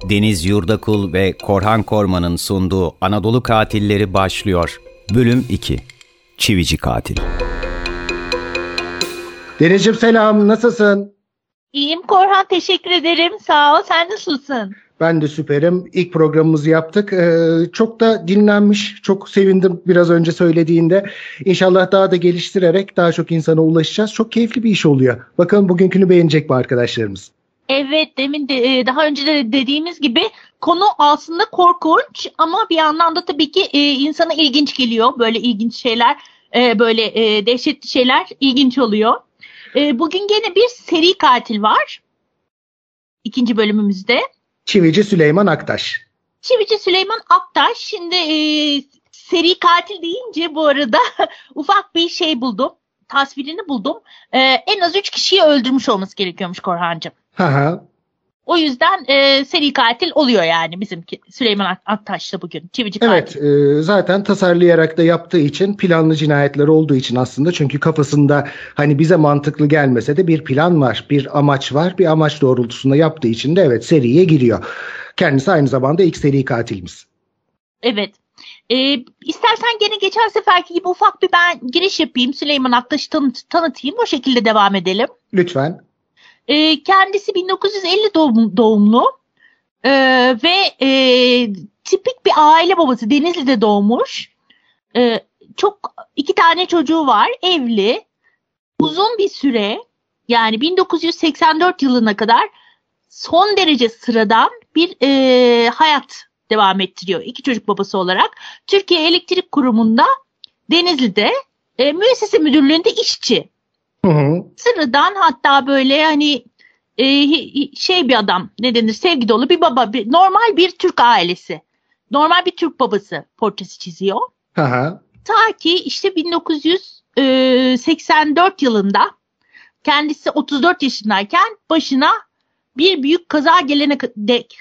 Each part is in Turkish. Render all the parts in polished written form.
Deniz Yurdakul ve Korhan Korman'ın sunduğu Anadolu Katilleri başlıyor. Bölüm 2. Çivici Katil. Denizciğim selam, nasılsın? İyiyim Korhan, teşekkür ederim. Sağ ol. Sen nasılsın? Ben de süperim. İlk programımızı yaptık. Çok da dinlenmiş. Çok sevindim biraz önce söylediğinde. İnşallah daha da geliştirerek daha çok insana ulaşacağız. Çok keyifli bir iş oluyor. Bakalım bugünkünü beğenecek mi arkadaşlarımız? Evet, demin de daha önce de dediğimiz gibi konu aslında korkunç ama bir yandan da tabii ki insana ilginç geliyor. Böyle ilginç şeyler, böyle dehşetli şeyler ilginç oluyor. Bugün gene bir seri katil var. İkinci bölümümüzde. Çivici Süleyman Aktaş. Çivici Süleyman Aktaş. Şimdi seri katil deyince bu arada ufak bir şey buldum. Tasvirini buldum. En az 3 kişiyi öldürmüş olması gerekiyormuş Korhancığım. Hı. O yüzden seri katil oluyor yani bizimki Süleyman Aktaş'ta bugün. Çivici katil. Evet, zaten tasarlayarak da yaptığı için, planlı cinayetler olduğu için aslında, çünkü kafasında hani bize mantıklı gelmese de bir plan var, bir amaç var, bir amaç doğrultusunda yaptığı için de evet seriye giriyor. Kendisi aynı zamanda ilk seri katilimiz. Evet. İstersen gene geçen seferki gibi ufak bir ben giriş yapayım. Süleyman Aktaş'ı tanıtayım. O şekilde devam edelim. Lütfen. Kendisi 1950 doğumlu ve tipik bir aile babası. Denizli'de doğmuş. Çok 2 tane çocuğu var. Evli. Uzun bir süre, yani 1984 yılına kadar son derece sıradan bir hayat devam ettiriyor. 2 çocuk babası olarak. Türkiye Elektrik Kurumu'nda Denizli'de müessese müdürlüğünde işçi. Hı. Sıradan, hatta böyle hani şey bir adam, ne denir, sevgi dolu bir baba, normal bir Türk ailesi. Normal bir Türk babası portresi çiziyor. Hı. Ta ki işte 1984 yılında kendisi 34 yaşındayken başına bir büyük kaza gelene dek.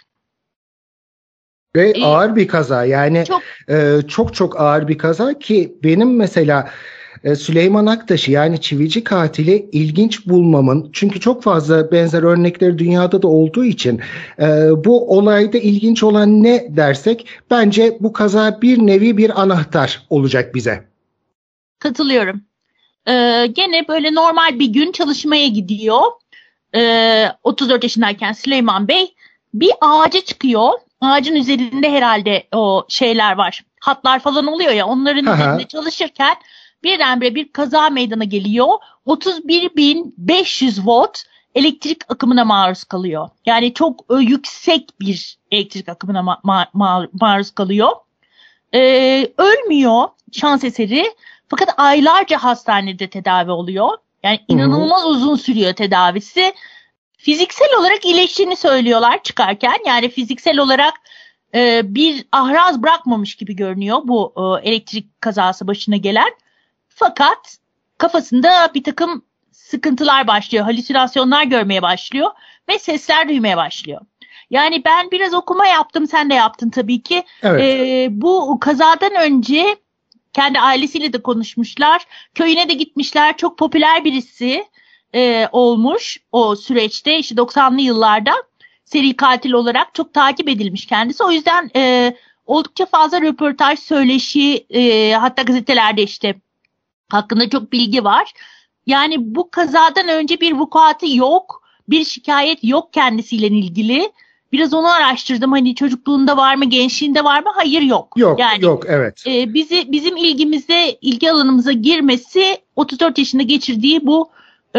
Ve ağır bir kaza, yani çok ağır bir kaza ki benim mesela Süleyman Aktaş'ı, yani çivici katili ilginç bulmamın, çünkü çok fazla benzer örnekleri dünyada da olduğu için bu olayda ilginç olan ne dersek, bence bu kaza bir nevi bir anahtar olacak bize. Katılıyorum. Gene böyle normal bir gün çalışmaya gidiyor. 34 yaşındayken Süleyman Bey bir ağaca çıkıyor. Ağacın üzerinde herhalde o şeyler var. Hatlar falan oluyor ya, onların üzerinde çalışırken birdenbire bir kaza meydana geliyor. 31.500 volt elektrik akımına maruz kalıyor. Yani çok yüksek bir elektrik akımına maruz kalıyor. Ölmüyor şans eseri. Fakat aylarca hastanede tedavi oluyor. Yani inanılmaz uzun sürüyor tedavisi. Fiziksel olarak iyileştiğini söylüyorlar çıkarken. Yani fiziksel olarak bir ahraz bırakmamış gibi görünüyor bu elektrik kazası başına gelen. Fakat kafasında bir takım sıkıntılar başlıyor. Halüsinasyonlar görmeye başlıyor ve sesler duymaya başlıyor. Yani ben biraz okuma yaptım, sen de yaptın tabii ki. Evet. Bu kazadan önce kendi ailesiyle de konuşmuşlar. Köyüne de gitmişler. Çok popüler birisi olmuş o süreçte. İşte 90'lı yıllarda seri katil olarak çok takip edilmiş kendisi. O yüzden oldukça fazla röportaj, söyleşi, hatta gazetelerde işte hakkında çok bilgi var. Yani bu kazadan önce bir vukuatı yok. Bir şikayet yok kendisiyle ilgili. Biraz onu araştırdım. Hani çocukluğunda var mı, gençliğinde var mı? Hayır, yok. Yok, evet. Bizim ilgi alanımıza girmesi 34 yaşında geçirdiği bu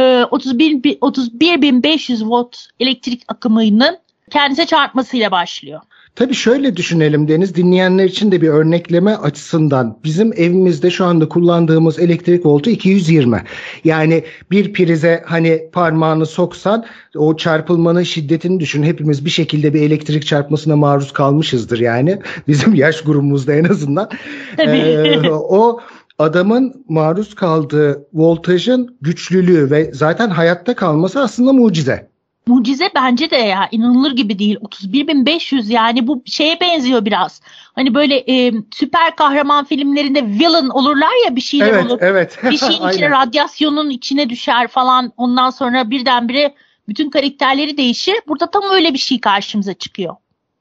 31.500 volt elektrik akımının kendisine çarpmasıyla başlıyor. Tabii şöyle düşünelim Deniz, dinleyenler için de bir örnekleme açısından. Bizim evimizde şu anda kullandığımız elektrik voltu 220. Yani bir prize hani parmağını soksan o çarpılmanın şiddetini düşün. Hepimiz bir şekilde bir elektrik çarpmasına maruz kalmışızdır yani. Bizim yaş grubumuzda en azından. O adamın maruz kaldığı voltajın güçlülüğü ve zaten hayatta kalması aslında mucize. Mucize bence de ya, inanılır gibi değil. 31.500, yani bu şeye benziyor biraz. Hani böyle süper kahraman filmlerinde villain olurlar ya, bir şeyler olur. Evet. Bir şeyin içine, radyasyonun içine düşer falan. Ondan sonra birdenbire bütün karakterleri değişir. Burada tam öyle bir şey karşımıza çıkıyor.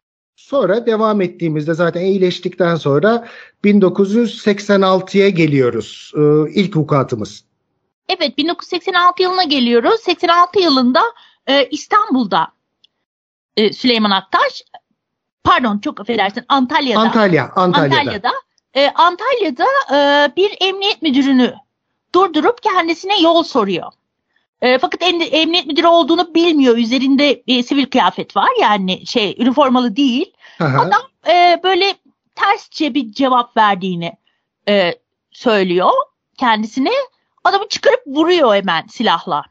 Sonra devam ettiğimizde zaten iyileştikten sonra 1986'ya geliyoruz. İlk vukuatımız. Evet, 1986 yılına geliyoruz. 86 yılında İstanbul'da Süleyman Aktaş, pardon çok affedersin, Antalya'da bir emniyet müdürünü durdurup kendisine yol soruyor. Fakat emniyet müdürü olduğunu bilmiyor. Üzerinde sivil kıyafet var, yani üniformalı değil. Adam böyle tersçe bir cevap verdiğini söylüyor kendisine. Adamı çıkarıp vuruyor hemen silahla.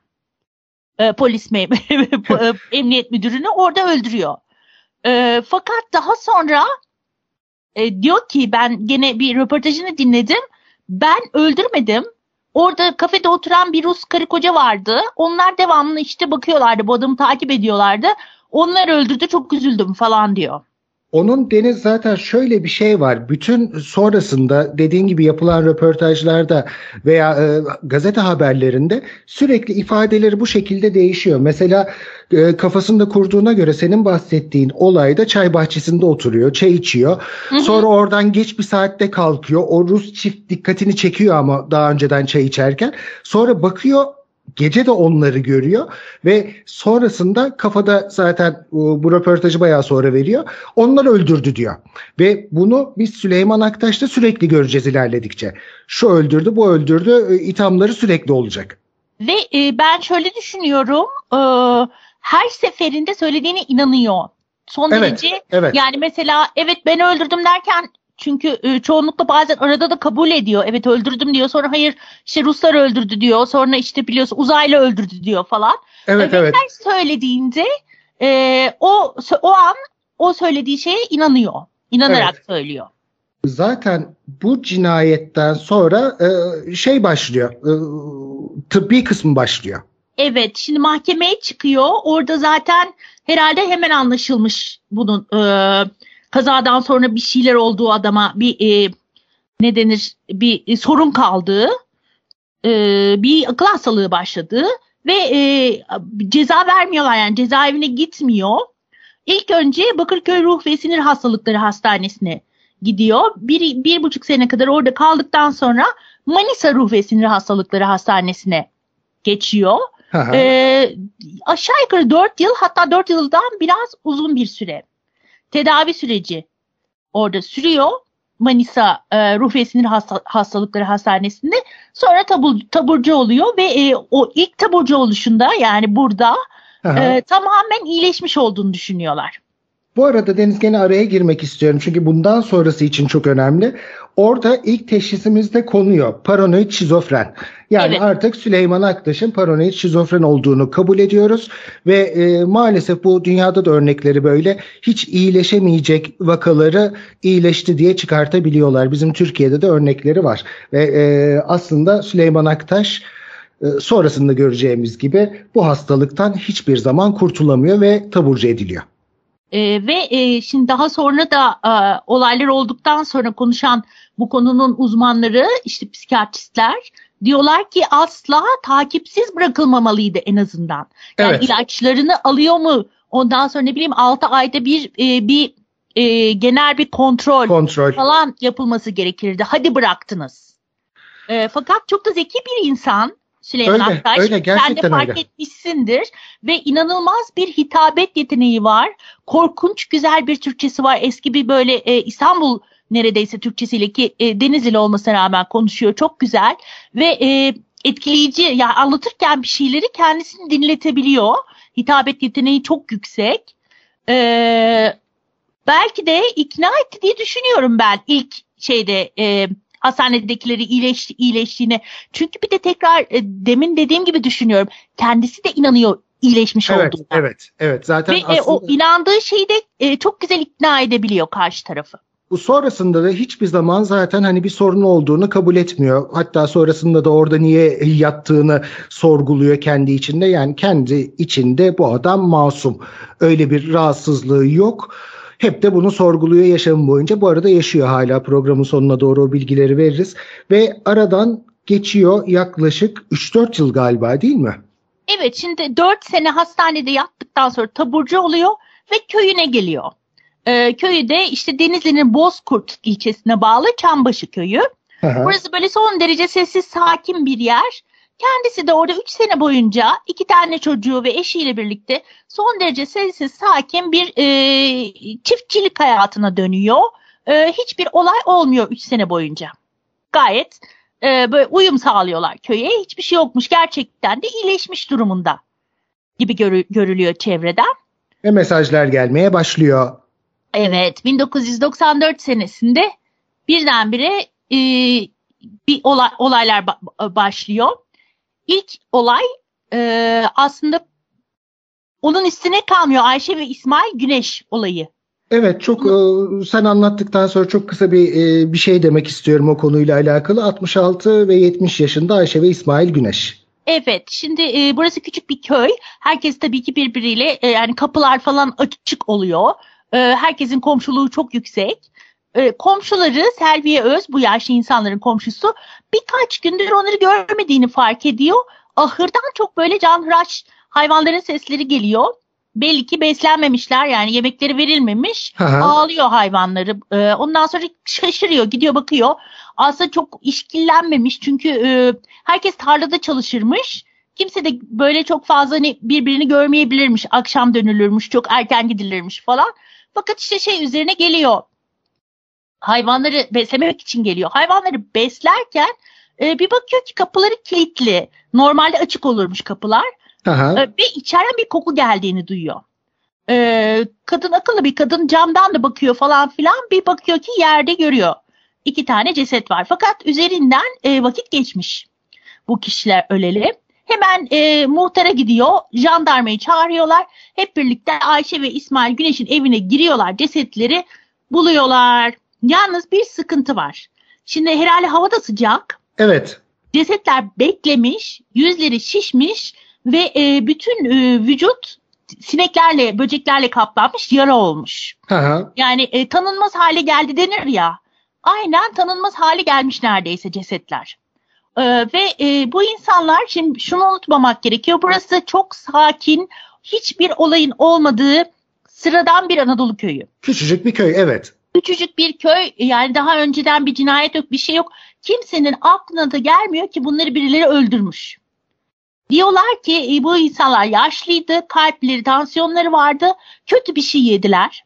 Emniyet müdürünü orada öldürüyor. Fakat daha sonra diyor ki, ben gene bir röportajını dinledim. Ben öldürmedim. Orada kafede oturan bir Rus karı koca vardı. Onlar devamlı işte bakıyorlardı. Bu adamı takip ediyorlardı. Onlar öldürdü, çok üzüldüm falan diyor. Onun Deniz zaten şöyle bir şey var. Bütün sonrasında dediğin gibi yapılan röportajlarda veya gazete haberlerinde sürekli ifadeleri bu şekilde değişiyor. Mesela kafasında kurduğuna göre senin bahsettiğin olayda çay bahçesinde oturuyor, çay içiyor. Hı-hı. Sonra oradan geç bir saatte kalkıyor. O Rus çift dikkatini çekiyor ama daha önceden çay içerken. Sonra bakıyor, gece de onları görüyor ve sonrasında kafada zaten bu röportajı bayağı sonra veriyor. Onlar öldürdü diyor. Ve bunu biz Süleyman Aktaş'ta sürekli göreceğiz ilerledikçe. Şu öldürdü, bu öldürdü, ithamları sürekli olacak. Ve ben şöyle düşünüyorum. Her seferinde söylediğine inanıyor. Son derece. Evet. Yani mesela evet ben öldürdüm derken, çünkü çoğunlukla bazen arada da kabul ediyor. Evet öldürdüm diyor. Sonra hayır işte Ruslar öldürdü diyor. Sonra işte biliyorsun uzaylı öldürdü diyor falan. Evet, evet. Her söylediğinde o an o söylediği şeye inanıyor. İnanarak söylüyor. Zaten bu cinayetten sonra başlıyor. Tıbbi kısmı başlıyor. Evet, şimdi mahkemeye çıkıyor. Orada zaten herhalde hemen anlaşılmış bunun kazadan sonra bir şeyler olduğu, adama bir bir sorun kaldığı, bir akıl hastalığı başladığı ve ceza vermiyorlar, yani cezaevine gitmiyor. İlk önce Bakırköy Ruh ve Sinir Hastalıkları Hastanesi'ne gidiyor. Bir buçuk sene kadar orada kaldıktan sonra Manisa Ruh ve Sinir Hastalıkları Hastanesi'ne geçiyor. Aşağı yukarı 4 yıl, hatta 4 yıldan biraz uzun bir süre tedavi süreci orada sürüyor. Manisa Ruh ve Sinir Hastalıkları Hastanesi'nde. Sonra taburcu oluyor ve o ilk taburcu oluşunda, yani burada tamamen iyileşmiş olduğunu düşünüyorlar. Bu arada Deniz, gene araya girmek istiyorum çünkü bundan sonrası için çok önemli. Orada ilk teşhisimizde konuyor. Paranoid şizofren. Yani artık Süleyman Aktaş'ın paranoid şizofren olduğunu kabul ediyoruz ve maalesef bu dünyada da örnekleri böyle, hiç iyileşemeyecek vakaları iyileşti diye çıkartabiliyorlar. Bizim Türkiye'de de örnekleri var ve aslında Süleyman Aktaş sonrasında göreceğimiz gibi bu hastalıktan hiçbir zaman kurtulamıyor ve taburcu ediliyor. Şimdi daha sonra da olaylar olduktan sonra konuşan bu konunun uzmanları, işte psikiyatristler diyorlar ki asla takipsiz bırakılmamalıydı en azından. Yani ilaçlarını alıyor mu? Ondan sonra 6 ayda bir genel bir kontrol falan yapılması gerekirdi. Hadi bıraktınız. Fakat çok da zeki bir insan Süleyman Aktaş. Sen de fark etmişsindir ve inanılmaz bir hitabet yeteneği var. Korkunç güzel bir Türkçesi var. Eski bir böyle İstanbul neredeyse Türkçesiyle, ki Denizli olmasına rağmen konuşuyor. Çok güzel ve etkileyici. Yani anlatırken bir şeyleri kendisini dinletebiliyor. Hitabet yeteneği çok yüksek. Belki de ikna etti diye düşünüyorum ben ilk hastanedekileri iyileştiğine. Çünkü bir de tekrar demin dediğim gibi düşünüyorum. Kendisi de inanıyor iyileşmiş olduğuna. Evet. Zaten ve aslında o inandığı şeyi de çok güzel ikna edebiliyor karşı tarafı. Bu sonrasında da hiçbir zaman zaten bir sorun olduğunu kabul etmiyor. Hatta sonrasında da orada niye yattığını sorguluyor kendi içinde. Yani kendi içinde bu adam masum. Öyle bir rahatsızlığı yok. Hep de bunu sorguluyor yaşamı boyunca. Bu arada yaşıyor hala. Programın sonuna doğru o bilgileri veririz. Ve aradan geçiyor yaklaşık 3-4 yıl galiba, değil mi? Evet, şimdi 4 sene hastanede yattıktan sonra taburcu oluyor ve köyüne geliyor. Köyü de işte Denizli'nin Bozkurt ilçesine bağlı Çambaşı köyü. Aha. Burası böyle son derece sessiz, sakin bir yer. Kendisi de orada 3 sene boyunca 2 tane çocuğu ve eşiyle birlikte son derece sessiz, sakin bir çiftçilik hayatına dönüyor. Hiçbir olay olmuyor 3 sene boyunca. Gayet böyle uyum sağlıyorlar köye. Hiçbir şey yokmuş, gerçekten de iyileşmiş durumunda gibi görülüyor çevreden. Ve mesajlar gelmeye başlıyor. Evet, 1994 senesinde birdenbire bir olaylar başlıyor. İlk olay aslında onun üstüne kalmıyor, Ayşe ve İsmail Güneş olayı. Evet, çok sen anlattıktan sonra çok kısa bir şey demek istiyorum o konuyla alakalı. 66 ve 70 yaşında Ayşe ve İsmail Güneş. Evet, şimdi burası küçük bir köy. Herkes tabii ki birbiriyle yani kapılar falan açık oluyor. Herkesin komşuluğu çok yüksek. Komşuları Selviye Öz, bu yaşlı insanların komşusu, birkaç gündür onları görmediğini fark ediyor. Ahırdan çok böyle canhıraş hayvanların sesleri geliyor. Belli ki beslenmemişler, yani yemekleri verilmemiş. Aha. Ağlıyor hayvanları. Ondan sonra şaşırıyor, gidiyor bakıyor. Aslında çok işkillenmemiş çünkü herkes tarlada çalışırmış. Kimse de böyle çok fazla birbirini görmeyebilirmiş. Akşam dönülürmüş, çok erken gidilirmiş falan. Fakat işte üzerine geliyor. Hayvanları beslemek için geliyor. Hayvanları beslerken bir bakıyor ki kapıları kilitli. Normalde açık olurmuş kapılar. Aha. Ve içeriden bir koku geldiğini duyuyor. Kadın akıllı bir kadın, camdan da bakıyor falan filan. Bir bakıyor ki yerde görüyor. 2 tane ceset var. Fakat üzerinden vakit geçmiş. Bu kişiler öleli. Hemen muhtara gidiyor. Jandarmayı çağırıyorlar. Hep birlikte Ayşe ve İsmail Güneş'in evine giriyorlar. Cesetleri buluyorlar. Yalnız bir sıkıntı var. Şimdi herhalde hava da sıcak. Evet. Cesetler beklemiş, yüzleri şişmiş ve bütün vücut sineklerle, böceklerle kaplanmış, yara olmuş. Aha. Yani tanınmaz hale geldi denir ya. Aynen tanınmaz hale gelmiş neredeyse cesetler. Ve bu insanlar, şimdi şunu unutmamak gerekiyor. Burası çok sakin, hiçbir olayın olmadığı sıradan bir Anadolu köyü. Küçücük bir köy, evet. Küçücük bir köy, yani daha önceden bir cinayet yok, bir şey yok. Kimsenin aklına da gelmiyor ki bunları birileri öldürmüş. Diyorlar ki bu insanlar yaşlıydı, kalpleri, tansiyonları vardı, kötü bir şey yediler.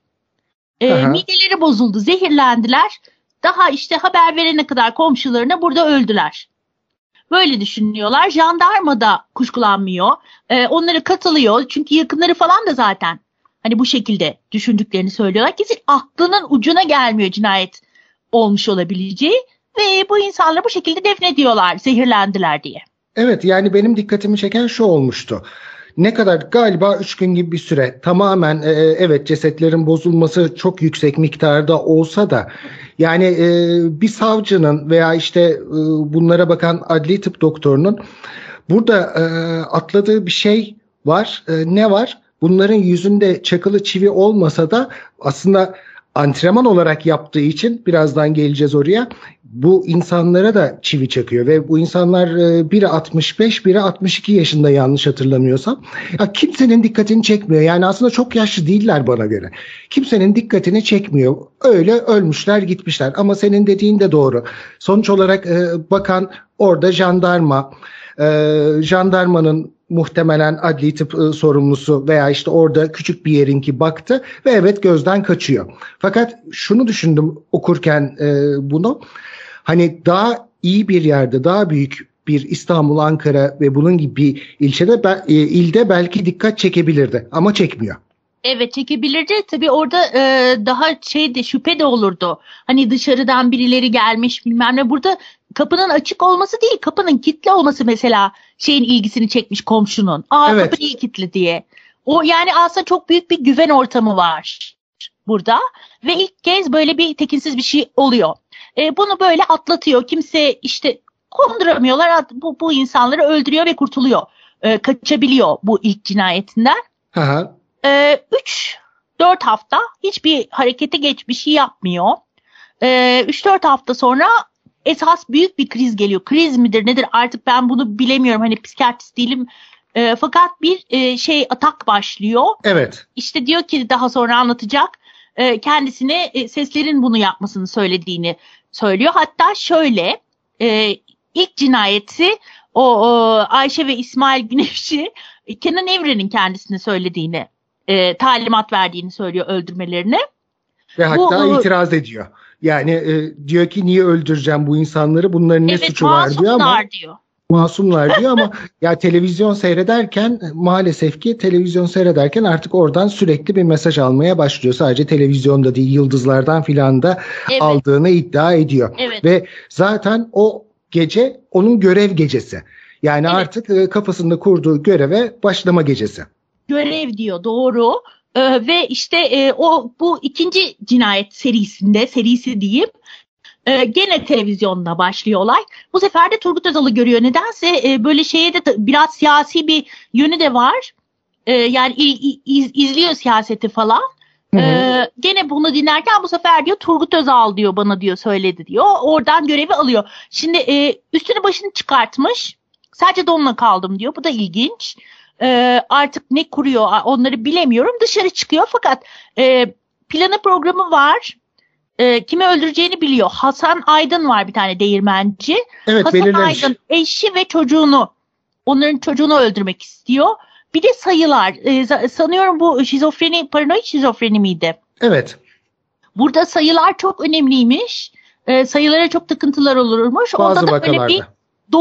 Mideleri bozuldu, zehirlendiler. Daha işte haber verene kadar komşularına burada öldüler. Böyle düşünüyorlar. Jandarma da kuşkulanmıyor. Onlara katılıyor. Çünkü yakınları falan da zaten hani bu şekilde düşündüklerini söylüyorlar. Kesin aklının ucuna gelmiyor cinayet olmuş olabileceği. Ve bu insanları bu şekilde defnediyorlar, zehirlendiler diye. Evet, yani benim dikkatimi çeken şu olmuştu. Ne kadar, galiba 3 gün gibi bir süre, tamamen evet, cesetlerin bozulması çok yüksek miktarda olsa da yani bir savcının veya işte bunlara bakan adli tıp doktorunun burada atladığı bir şey var. Ne var? Bunların yüzünde çakılı çivi olmasa da aslında antrenman olarak yaptığı için, birazdan geleceğiz oraya, bu insanlara da çivi çakıyor ve bu insanlar biri 65, biri 62 yaşında yanlış hatırlamıyorsam. Ya kimsenin dikkatini çekmiyor. Yani aslında çok yaşlı değiller bana göre. Kimsenin dikkatini çekmiyor. Öyle ölmüşler, gitmişler. Ama senin dediğin de doğru. Sonuç olarak bakan orada jandarma, jandarmanın muhtemelen adli tıp sorumlusu veya işte orada küçük bir yerinki baktı ve evet, gözden kaçıyor. Fakat şunu düşündüm okurken bunu, hani daha iyi bir yerde, daha büyük bir İstanbul, Ankara ve bunun gibi bir ilde belki dikkat çekebilirdi ama çekmiyor. Evet, çekebilirdi. Tabii orada daha şüphe de olurdu. Hani dışarıdan birileri gelmiş bilmem ne. Burada kapının açık olması değil, kapının kilitli olması mesela ilgisini çekmiş komşunun. Evet. Kapı niye kilitli diye. O yani aslında çok büyük bir güven ortamı var burada. Ve ilk kez böyle bir tekinsiz bir şey oluyor. Bunu böyle atlatıyor. Kimse işte konduramıyorlar. Bu insanları öldürüyor ve kurtuluyor. Kaçabiliyor bu ilk cinayetinden. Aha. 3-4 hafta hiçbir harekete bir şey yapmıyor. 3-4 hafta sonra esas büyük bir kriz geliyor. Kriz midir nedir artık ben bunu bilemiyorum. Hani psikiyatrist değilim. Fakat bir atak başlıyor. Evet. İşte diyor ki, daha sonra anlatacak. kendisine seslerin bunu yapmasını söylediğini söylüyor. Hatta şöyle ilk cinayeti o Ayşe ve İsmail Güneş'i Kenan Evren'in kendisine söylediğini, talimat verdiğini söylüyor öldürmelerini. Ve hatta itiraz ediyor. Yani diyor ki niye öldüreceğim bu insanları? Bunların ne suçu var diyor ama. Diyor. Masumlar diyor ama ya televizyon seyrederken maalesef ki televizyon seyrederken artık oradan sürekli bir mesaj almaya başlıyor. Sadece televizyonda değil yıldızlardan filan da aldığını iddia ediyor. Evet. Ve zaten o gece onun görev gecesi. Yani artık kafasında kurduğu göreve başlama gecesi. Görev diyor, doğru. Ve işte bu ikinci cinayet serisi diyeyim. Gene televizyonda başlıyor olay. Bu sefer de Turgut Özal'ı görüyor. Nedense böyle şeye de biraz siyasi bir yönü de var. Yani izliyor siyaseti falan. Gene bunu dinlerken bu sefer diyor Turgut Özal diyor bana diyor söyledi diyor. Oradan görevi alıyor. Şimdi üstünü başını çıkartmış. Sadece donla kaldım diyor. Bu da ilginç. Artık ne kuruyor onları bilemiyorum. Dışarı çıkıyor fakat planı programı var. Kimi öldüreceğini biliyor. Hasan Aydın var bir tane değirmenci. Evet, Hasan belirlemiş. Aydın eşi ve onların çocuğunu öldürmek istiyor. Bir de sayılar. Sanıyorum bu paranoid şizofreni miydi? Evet. Burada sayılar çok önemliymiş. Sayılara çok takıntılar olurmuş. Bazı Onda da vakalarda. böyle bir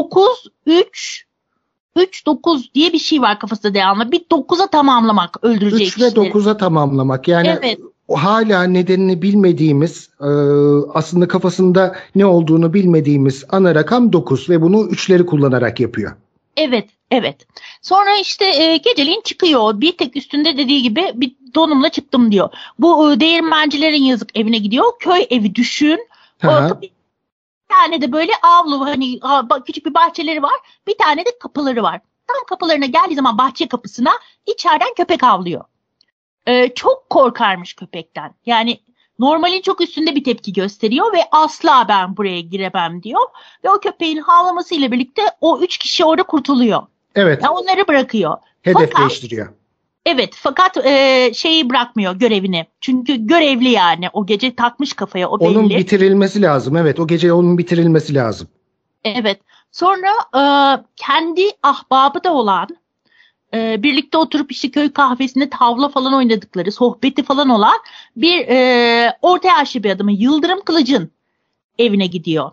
9-3-9 diye bir şey var kafasında devamlı. Bir 9'a tamamlamak öldüreceği 3 ve kişileri. 9'a tamamlamak. Yani Evet. hala nedenini bilmediğimiz, aslında kafasında ne olduğunu bilmediğimiz ana rakam 9 ve bunu 3'leri kullanarak yapıyor. Evet. Sonra işte geceliğin çıkıyor. Bir tek üstünde dediği gibi bir donumla çıktım diyor. Bu değirmencilerin yazık evine gidiyor. Köy evi düşün. Bir tane de böyle avlu hani küçük bir bahçeleri var. Bir tane de kapıları var. Tam kapılarına geldiği zaman bahçe kapısına içeriden köpek avlıyor. Çok korkarmış köpekten. Yani normalin çok üstünde bir tepki gösteriyor ve asla ben buraya giremem diyor. Ve o köpeğin havlamasıyla birlikte o 3 kişi orada kurtuluyor. Evet. Yani onları bırakıyor. Hedef değiştiriyor. Evet fakat şeyi bırakmıyor görevini. Çünkü görevli yani o gece takmış kafaya o belli. Onun bitirilmesi lazım. Evet, o gece onun bitirilmesi lazım. Evet. Sonra kendi ahbabı da olan birlikte oturup işte köy kahvesinde tavla falan oynadıkları, sohbeti falan olan bir orta yaşlı bir adamın Yıldırım Kılıç'ın evine giriyor.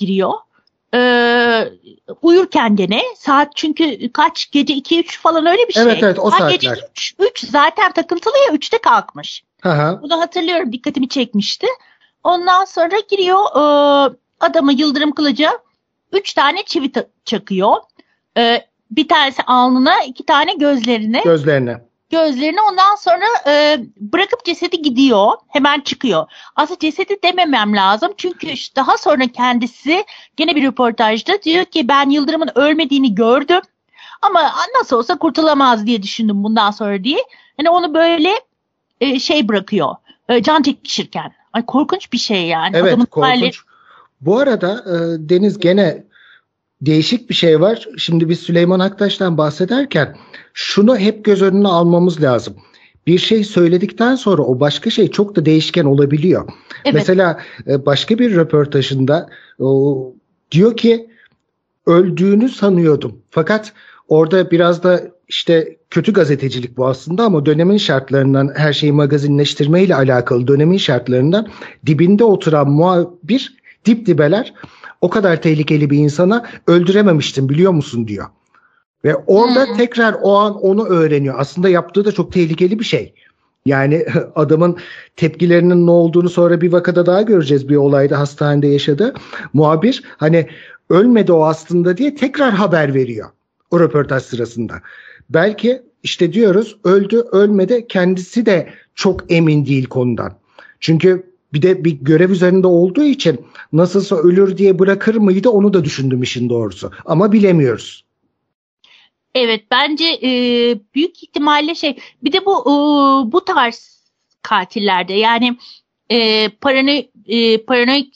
Uyurken gene saat çünkü kaç gece 2-3 falan öyle bir şey. Evet o saatler. Gece 3 zaten takıntılı ya 3'te kalkmış. Aha. Bunu hatırlıyorum, dikkatimi çekmişti. Ondan sonra giriyor adamı Yıldırım Kılıç'a 3 tane çivi çakıyor. Bir tanesi alnına, 2 tane gözlerine. Ondan sonra bırakıp cesedi gidiyor. Hemen çıkıyor. Aslında cesedi dememem lazım. Çünkü daha sonra kendisi gene bir röportajda diyor ki ben Yıldırım'ın ölmediğini gördüm. Ama nasıl olsa kurtulamaz diye düşündüm bundan sonra diye. Yani onu böyle bırakıyor. Can çekişirken. Ay korkunç bir şey yani. Evet adamın korkunç. Bu arada Deniz gene değişik bir şey var. Şimdi biz Süleyman Aktaş'tan bahsederken şunu hep göz önüne almamız lazım. Bir şey söyledikten sonra o başka şey çok da değişken olabiliyor. Evet. Mesela başka bir röportajında diyor ki öldüğünü sanıyordum. Fakat orada biraz da işte kötü gazetecilik bu aslında ama dönemin şartlarından her şeyi magazinleştirmeyle alakalı dönemin şartlarından dibinde oturan muhabir dip dibeler o kadar tehlikeli bir insana öldürememiştim biliyor musun diyor. Ve orada tekrar o an onu öğreniyor. Aslında yaptığı da çok tehlikeli bir şey. Yani adamın tepkilerinin ne olduğunu sonra bir vakada daha göreceğiz, bir olayda hastanede yaşadı. Muhabir hani ölmedi o aslında diye tekrar haber veriyor o röportaj sırasında. Belki işte diyoruz öldü ölmedi, kendisi de çok emin değil konudan. Çünkü bir de bir görev üzerinde olduğu için nasılsa ölür diye bırakır mıydı onu da düşündüm işin doğrusu. Ama bilemiyoruz. Evet bence büyük ihtimalle bir de bu tarz katillerde yani paranoid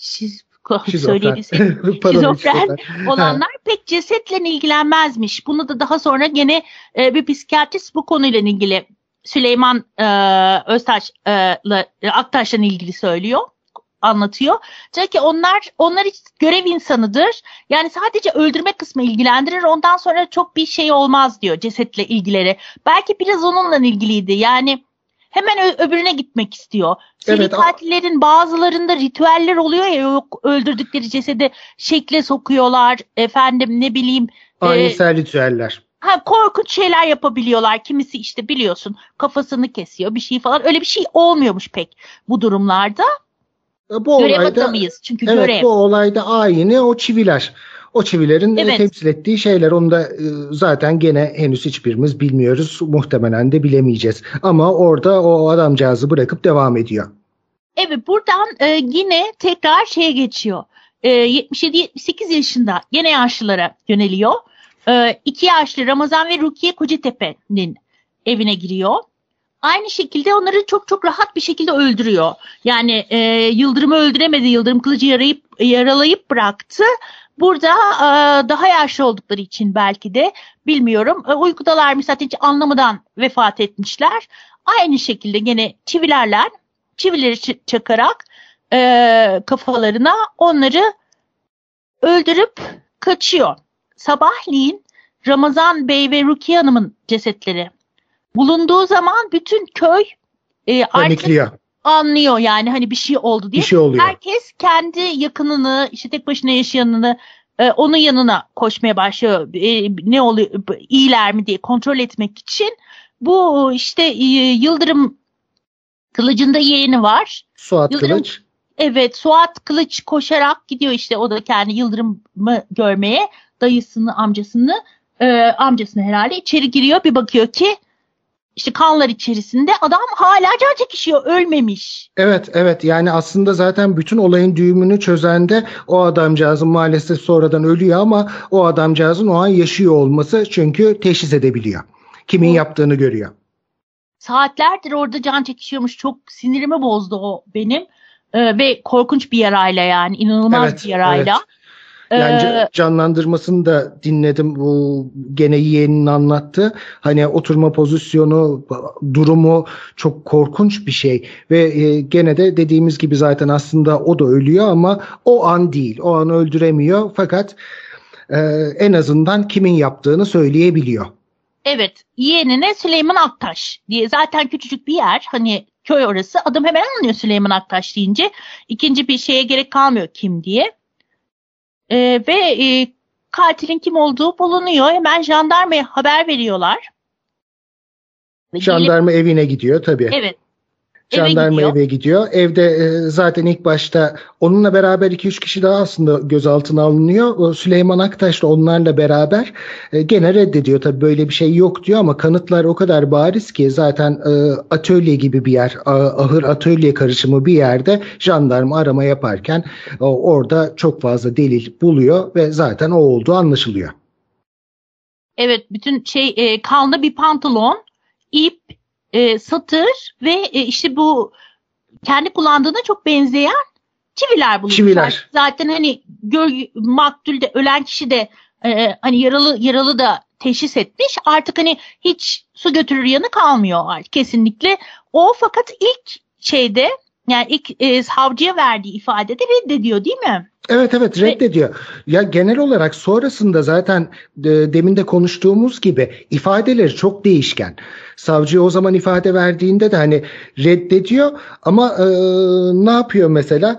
şizofren olanlar pek cesetle ilgilenmezmiş. Bunu da daha sonra gene bir psikiyatrist bu konuyla ilgili Süleyman Aktaş'la ilgili söylüyor, anlatıyor. Diyor ki onlar görev insanıdır. Yani sadece öldürme kısmı ilgilendirir. Ondan sonra çok bir şey olmaz diyor cesetle ilgileri. Belki biraz onunla ilgiliydi. Yani hemen öbürüne gitmek istiyor. Seri katillerin bazılarında ritüeller oluyor ya, yok öldürdükleri cesedi şekle sokuyorlar. Efendim ne bileyim. Ayinsel ritüeller. Korkunç şeyler yapabiliyorlar. Kimisi işte biliyorsun kafasını kesiyor bir şey falan. Öyle bir şey olmuyormuş pek bu durumlarda. Görev adamıyız çünkü evet, görev. Bu olayda ayini o çiviler. O çivilerin temsil ettiği şeyler. Onu da zaten gene henüz hiçbirimiz bilmiyoruz. Muhtemelen de bilemeyeceğiz. Ama orada o adamcağızı bırakıp devam ediyor. Evet, buradan yine tekrar şeye geçiyor. 77-78 yaşında gene yaşlılara yöneliyor. 2 yaşlı Ramazan ve Rukiye Kocatepe'nin evine giriyor. Aynı şekilde onları çok çok rahat bir şekilde öldürüyor. Yani Yıldırım'ı öldüremedi. Yıldırım kılıcı yaralayıp bıraktı. Burada daha yaşlı oldukları için belki de bilmiyorum. Uykudalarmış zaten, hiç anlamadan vefat etmişler. Aynı şekilde gene çivileri çakarak kafalarına onları öldürüp kaçıyor. Sabahleyin Ramazan Bey ve Rukiye Hanım'ın cesetleri bulunduğu zaman bütün köy artık anlıyor yani hani bir şey oldu diye. Bir şey oluyor. Herkes kendi yakınını, işte tek başına yaşayanını onun yanına koşmaya başlıyor. Ne oluyor, iyiler mi diye kontrol etmek için. Bu işte Yıldırım Kılıç'ın da yeğeni var. Suat Kılıç. Evet, Suat Kılıç koşarak gidiyor işte, o da kendi Yıldırım'ı görmeye, dayısını, amcasını herhalde, içeri giriyor, bir bakıyor ki İşte kanlar içerisinde adam hala can çekişiyor, ölmemiş. Evet yani aslında zaten bütün olayın düğümünü çözen de o adamcağızın maalesef sonradan ölüyor ama o adamcağızın o an yaşıyor olması, çünkü teşhis edebiliyor. Kimin yaptığını görüyor. Saatlerdir orada can çekişiyormuş, çok sinirimi bozdu o benim ve korkunç bir yarayla, yani inanılmaz bir yarayla. Evet. Yani canlandırmasını da dinledim, bu gene yeğeninin anlattı. Hani oturma pozisyonu, durumu çok korkunç bir şey ve gene de dediğimiz gibi zaten aslında o da ölüyor ama o an değil, o an öldüremiyor fakat en azından kimin yaptığını söyleyebiliyor. Evet, yeğenine Süleyman Aktaş diye, zaten küçücük bir yer, hani köy orası, adam hemen anlıyor Süleyman Aktaş deyince, ikinci bir şeye gerek kalmıyor kim diye. Ve katilin kim olduğu bulunuyor. Hemen jandarmaya haber veriyorlar. Jandarma evine gidiyor tabii. Evet. Jandarma eve gidiyor. Evde zaten ilk başta onunla beraber 2-3 kişi daha aslında gözaltına alınıyor. Süleyman Aktaş da onlarla beraber gene reddediyor. Tabii böyle bir şey yok diyor ama kanıtlar o kadar bariz ki zaten atölye gibi bir yer, ahır atölye karışımı bir yerde jandarma arama yaparken orada çok fazla delil buluyor ve zaten o olduğu anlaşılıyor. Evet, bütün kanlı bir pantolon, ip, satır ve işte bu kendi kullandığına çok benzeyen çiviler bulunmuş. Çiviler. Zaten hani maktulde ölen kişi de hani yaralı da teşhis etmiş. Artık hani hiç su götürür yanı kalmıyor artık kesinlikle. O fakat ilk yani ilk savcıya verdiği ifadede reddediyor değil mi? Evet reddediyor. Ya genel olarak sonrasında zaten demin de konuştuğumuz gibi ifadeleri çok değişken. Savcıya o zaman ifade verdiğinde de hani reddediyor ama ne yapıyor mesela?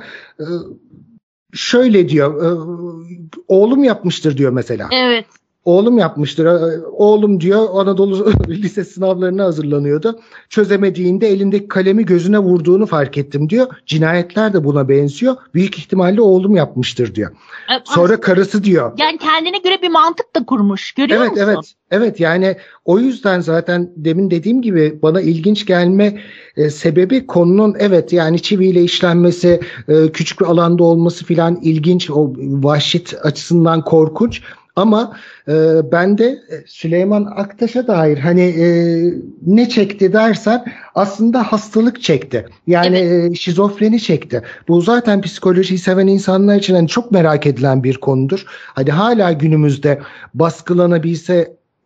Şöyle diyor, oğlum yapmıştır diyor mesela. Evet. Oğlum yapmıştır. Oğlum diyor Anadolu lise sınavlarına hazırlanıyordu. Çözemediğinde elindeki kalemi gözüne vurduğunu fark ettim diyor. Cinayetler de buna benziyor. Büyük ihtimalle oğlum yapmıştır diyor. Sonra karısı diyor. Yani kendine göre bir mantık da kurmuş. Görüyor musun? Evet yani o yüzden zaten demin dediğim gibi bana ilginç gelme sebebi konunun yani çiviyle işlenmesi, küçük bir alanda olması filan ilginç. O vahşet açısından korkunç. Ama ben de Süleyman Aktaş'a dair hani ne çekti dersen aslında hastalık çekti. Yani şizofreni çekti. Bu zaten psikolojiyi seven insanlar için hani çok merak edilen bir konudur. Hani hala günümüzde baskılanabilse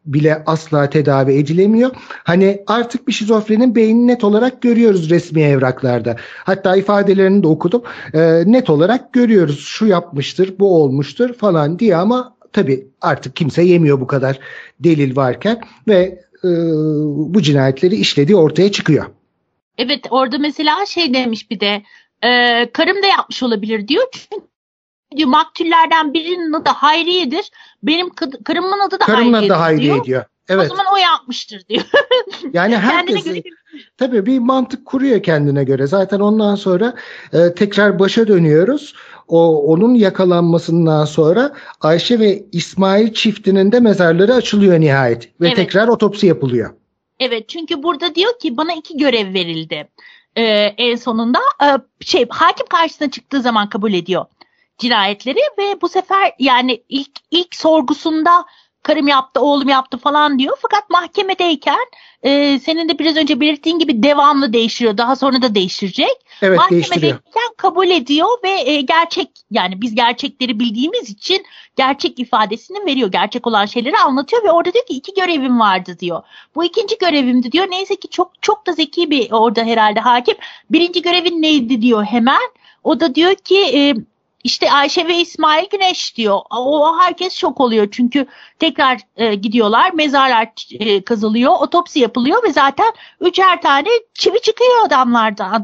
bile asla tedavi edilemiyor. Hani artık bir şizofrenin beynini net olarak görüyoruz resmi evraklarda. Hatta ifadelerini de okudum. Net olarak görüyoruz. Şu yapmıştır, bu olmuştur falan diye ama tabii artık kimse yemiyor bu kadar delil varken ve bu cinayetleri işlediği ortaya çıkıyor. Evet, orada mesela şey demiş bir de karım da yapmış olabilir diyor. Çünkü diyor, maktullerden birinin adı Hayriye'dir. Benim karımın adı da Karımla da Hayriye Hayriye diyor. Evet. O zaman o yapmıştır diyor. Yani herkes tabii bir mantık kuruyor kendine göre. Zaten ondan sonra tekrar başa dönüyoruz. Onun yakalanmasından sonra Ayşe ve İsmail çiftinin de mezarları açılıyor nihayet. Ve tekrar otopsi yapılıyor. Evet, çünkü burada diyor ki bana 2 görev verildi. En sonunda hakim karşısına çıktığı zaman kabul ediyor cinayetleri ve bu sefer yani ilk sorgusunda karım yaptı, oğlum yaptı falan diyor. Fakat mahkemedeyken senin de biraz önce belirttiğin gibi devamlı değiştiriyor. Daha sonra da değiştirecek. Evet, mahkemedeyken kabul ediyor ve gerçek, yani biz gerçekleri bildiğimiz için gerçek ifadesini veriyor. Gerçek olan şeyleri anlatıyor ve orada diyor ki 2 görevim vardı diyor. Bu 2. görevimdi diyor. Neyse ki çok da zeki bir orada herhalde hakim. 1. görevin neydi diyor hemen. O da diyor ki İşte Ayşe ve İsmail Güneş diyor. O herkes şok oluyor çünkü tekrar gidiyorlar, mezarlar kazılıyor, otopsi yapılıyor ve zaten 3'er tane çivi çıkıyor adamlardan.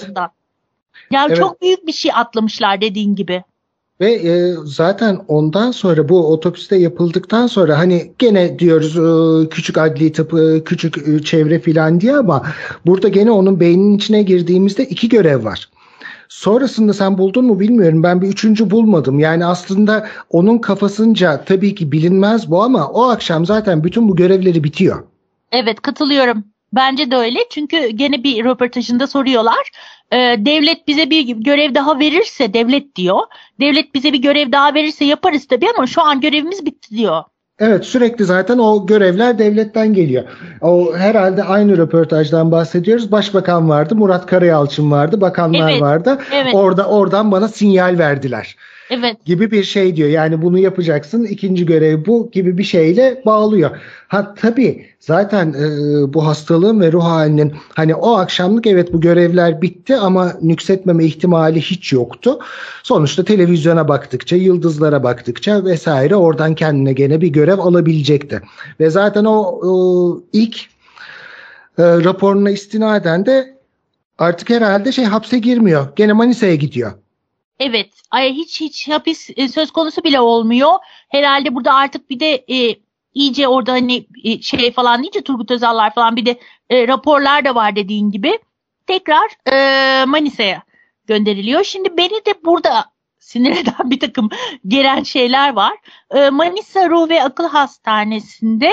Yani çok büyük bir şey atlamışlar dediğin gibi. Ve zaten ondan sonra bu otopside yapıldıktan sonra hani gene diyoruz küçük adli tıpı, küçük çevre filan diye ama burada gene onun beyninin içine girdiğimizde 2 görev var. Sonrasında sen buldun mu bilmiyorum. Ben bir 3. bulmadım. Yani aslında onun kafasınca tabii ki bilinmez bu ama o akşam zaten bütün bu görevleri bitiyor. Evet, katılıyorum. Bence de öyle. Çünkü gene bir röportajında soruyorlar. Devlet bize bir görev daha verirse, devlet diyor. Devlet bize bir görev daha verirse yaparız tabii ama şu an görevimiz bitti diyor. Evet, sürekli zaten o görevler devletten geliyor. O herhalde aynı röportajdan bahsediyoruz. Başbakan vardı, Murat Karayalçın vardı, bakanlar vardı. Evet. Oradan bana sinyal verdiler. Evet. Gibi bir şey diyor. Yani bunu yapacaksın, 2. görev bu gibi bir şeyle bağlıyor. Tabii zaten bu hastalığın ve ruh halinin hani o akşamlık evet bu görevler bitti ama nüksetmeme ihtimali hiç yoktu. Sonuçta televizyona baktıkça, yıldızlara baktıkça vesaire oradan kendine gene bir görev alabilecekti. Ve zaten o ilk raporuna istinaden de artık herhalde hapse girmiyor. Gene Manisa'ya gidiyor. Evet, hiç hapis söz konusu bile olmuyor. Herhalde burada artık bir de iyice orada hani falan deyince Turgut Özal'lar falan bir de raporlar da var dediğin gibi. Tekrar Manisa'ya gönderiliyor. Şimdi beni de burada sinir eden bir takım gelen şeyler var. Manisa Ruh ve Akıl Hastanesi'nde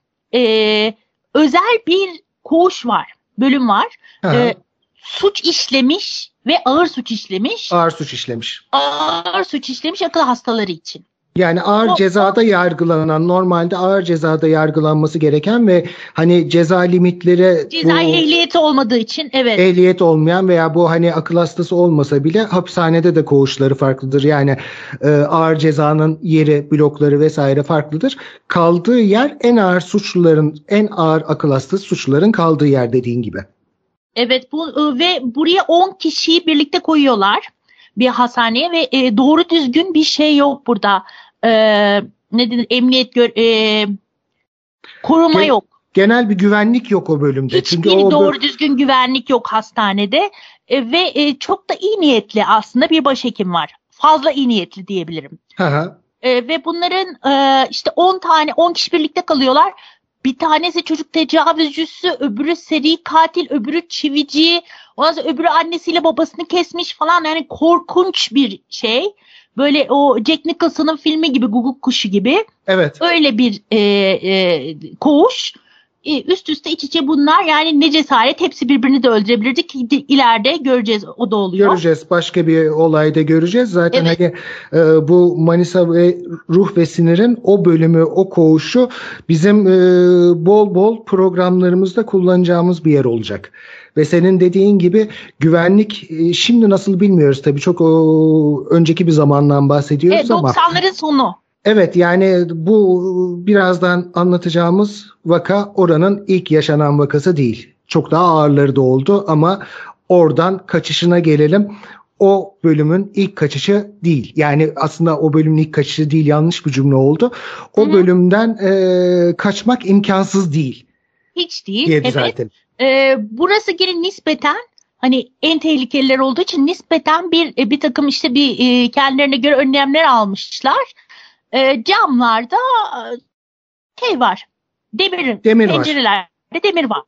özel bir koğuş var, bölüm var. Suç işlemiş ve ağır suç işlemiş. Ağır suç işlemiş. Ağır suç işlemiş akıl hastaları için. Yani ağır cezada yargılanan, normalde ağır cezada yargılanması gereken ve hani ceza limitleri ehliyeti olmadığı için evet. Ehliyet olmayan veya bu hani akıl hastası olmasa bile hapishanede de koğuşları farklıdır. Yani ağır cezanın yeri, blokları vesaire farklıdır. Kaldığı yer en ağır suçluların, en ağır akıl hastası suçluların kaldığı yer dediğin gibi. Evet ve buraya 10 kişiyi birlikte koyuyorlar bir hastaneye ve doğru düzgün bir şey yok burada. Ne denir? Emniyet koruma yok. Genel bir güvenlik yok o bölümde. Hiçbir doğru düzgün güvenlik yok hastanede ve çok da iyi niyetli aslında bir başhekim var. Fazla iyi niyetli diyebilirim. Ve bunların işte 10 kişi birlikte kalıyorlar. Bir tanesi çocuk tecavüzcüsü, öbürü seri katil, öbürü çivici, ondan sonra öbürü annesiyle babasını kesmiş falan. Yani korkunç bir şey. Böyle o Jack Nicholson'ın filmi gibi, Guguk Kuşu gibi. Evet. Öyle bir koğuş. Üst üste iç içe bunlar. Yani ne cesaret, hepsi birbirini de öldürebilirdi ki ileride göreceğiz, o da oluyor. Göreceğiz, başka bir olayda göreceğiz. Zaten hani bu Manisa ve Ruh ve Sinir'in o bölümü, o koğuşu bizim bol bol programlarımızda kullanacağımız bir yer olacak. Ve senin dediğin gibi güvenlik şimdi nasıl bilmiyoruz tabii, çok önceki bir zamandan bahsediyoruz ama. 90'ların sonu. Evet, yani bu birazdan anlatacağımız vaka oranın ilk yaşanan vakası değil. Çok daha ağırları da oldu ama oradan kaçışına gelelim. O bölümün ilk kaçışı değil. Yani aslında o bölümün ilk kaçışı değil, yanlış bir cümle oldu. O bölümden kaçmak imkansız değil. Hiç değil. Diye düzeltelim. Evet. Burası gene nispeten hani en tehlikeliler olduğu için nispeten bir takım işte kendilerine göre önlemler almışlar. Camlarda şey var. Demir pencerelerde var. Demir var.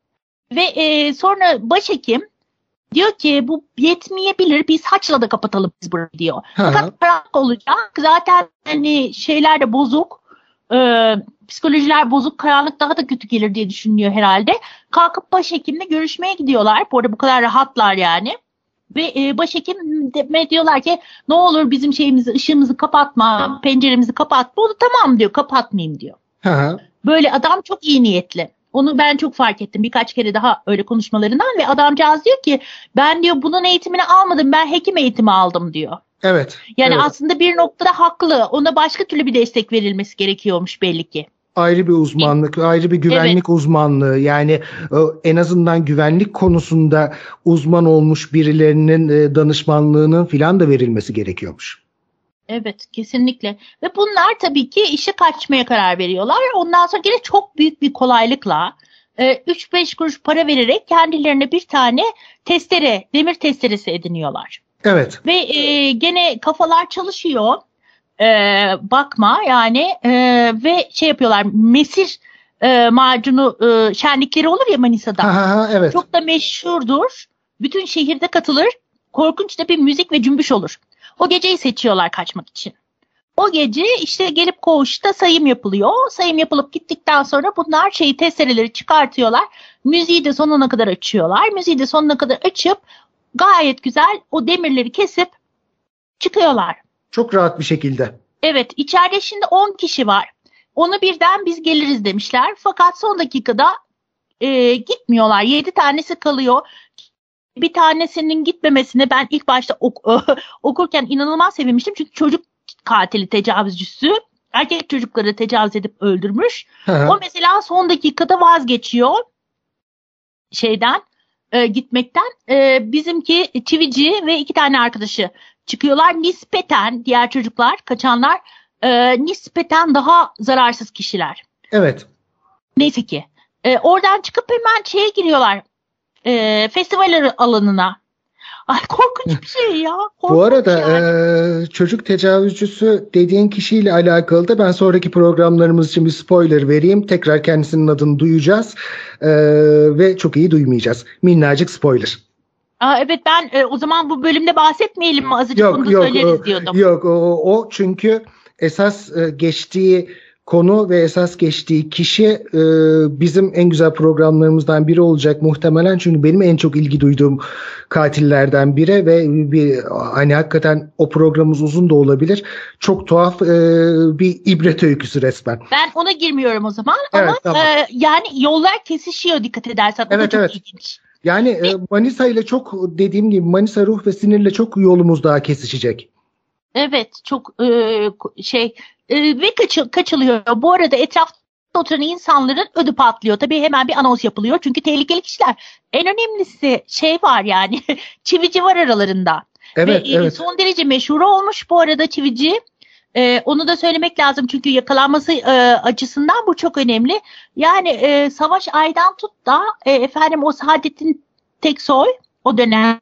Ve sonra başhekim diyor ki bu yetmeyebilir, biz haçla da kapatalım biz burayı diyor. Fakat karanlık olacak. Zaten hani şeyler de bozuk. Psikolojiler bozuk, karanlık daha da kötü gelir diye düşünüyor herhalde. Kalkıp başhekimle görüşmeye gidiyorlar. Bu arada bu kadar rahatlar yani. Ve başhekime diyorlar ki ne olur bizim ışığımızı kapatma, penceremizi kapatma. O da tamam diyor, kapatmayayım diyor. Böyle adam çok iyi niyetli. Onu ben çok fark ettim birkaç kere daha öyle konuşmalarından ve adamcağız diyor ki ben diyor bunun eğitimini almadım, ben hekim eğitimi aldım diyor. Evet. Yani evet. Aslında bir noktada haklı. Ona başka türlü bir destek verilmesi gerekiyormuş belli ki. Ayrı bir uzmanlık, ayrı bir güvenlik uzmanlığı. Yani en azından güvenlik konusunda uzman olmuş birilerinin danışmanlığının filan da verilmesi gerekiyormuş. Evet, kesinlikle. Ve bunlar tabii ki işe kaçmaya karar veriyorlar. Ondan sonra yine çok büyük bir kolaylıkla 3-5 kuruş para vererek kendilerine bir tane testere, demir testeresi ediniyorlar. Evet. Ve gene kafalar çalışıyor. Bakma yani ve şey yapıyorlar, mesir macunu şenlikleri olur ya Manisa'da. Evet. Çok da meşhurdur. Bütün şehirde katılır. Korkunç da bir müzik ve cümbüş olur. O geceyi seçiyorlar kaçmak için. O gece işte gelip koğuşta sayım yapılıyor. Sayım yapılıp gittikten sonra bunlar testereleri çıkartıyorlar. Müziği de sonuna kadar açıyorlar. Müziği de sonuna kadar açıp gayet güzel o demirleri kesip çıkıyorlar. Çok rahat bir şekilde. Evet, içeride şimdi 10 kişi var. Onu birden biz geliriz demişler. Fakat son dakikada gitmiyorlar. 7 tanesi kalıyor. Bir tanesinin gitmemesine ben ilk başta okurken inanılmaz sevinmiştim. Çünkü çocuk katili, tecavüzcüsü erkek çocukları tecavüz edip öldürmüş. O mesela son dakikada vazgeçiyor gitmekten. Bizimki çivici ve 2 tane arkadaşı çıkıyorlar. Nispeten diğer çocuklar, kaçanlar nispeten daha zararsız kişiler. Evet. Neyse ki. Oradan çıkıp hemen giriyorlar. Festival alanına. Ay korkunç bir şey ya. Bu arada çocuk tecavüzcüsü dediğin kişiyle alakalı da ben sonraki programlarımız için bir spoiler vereyim. Tekrar kendisinin adını duyacağız ve çok iyi duymayacağız. Minnacık spoiler. Evet, ben o zaman bu bölümde bahsetmeyelim mi? Azıcık onu da söyleriz diyordum. Yok, o çünkü esas geçtiği konu ve esas geçtiği kişi bizim en güzel programlarımızdan biri olacak muhtemelen. Çünkü benim en çok ilgi duyduğum katillerden biri ve hani hakikaten o programımız uzun da olabilir. Çok tuhaf bir ibret öyküsü resmen. Ben ona girmiyorum o zaman evet, ama tamam. Yani yollar kesişiyor dikkat edersen. O da çok ilginç. Yani Manisa ile çok, dediğim gibi Manisa ruh ve sinirle çok yolumuz daha kesişecek. Evet, çok ve kaçılıyor. Bu arada etrafta oturan insanların ödü patlıyor. Tabii hemen bir anons yapılıyor. Çünkü tehlikeli kişiler. En önemlisi var yani. Çivici var aralarında. Evet, ve son derece meşhur olmuş bu arada çivici. Onu da söylemek lazım çünkü yakalanması açısından bu çok önemli. Yani Savaş Ay'dan tut da o Saadettin Teksoy o dönem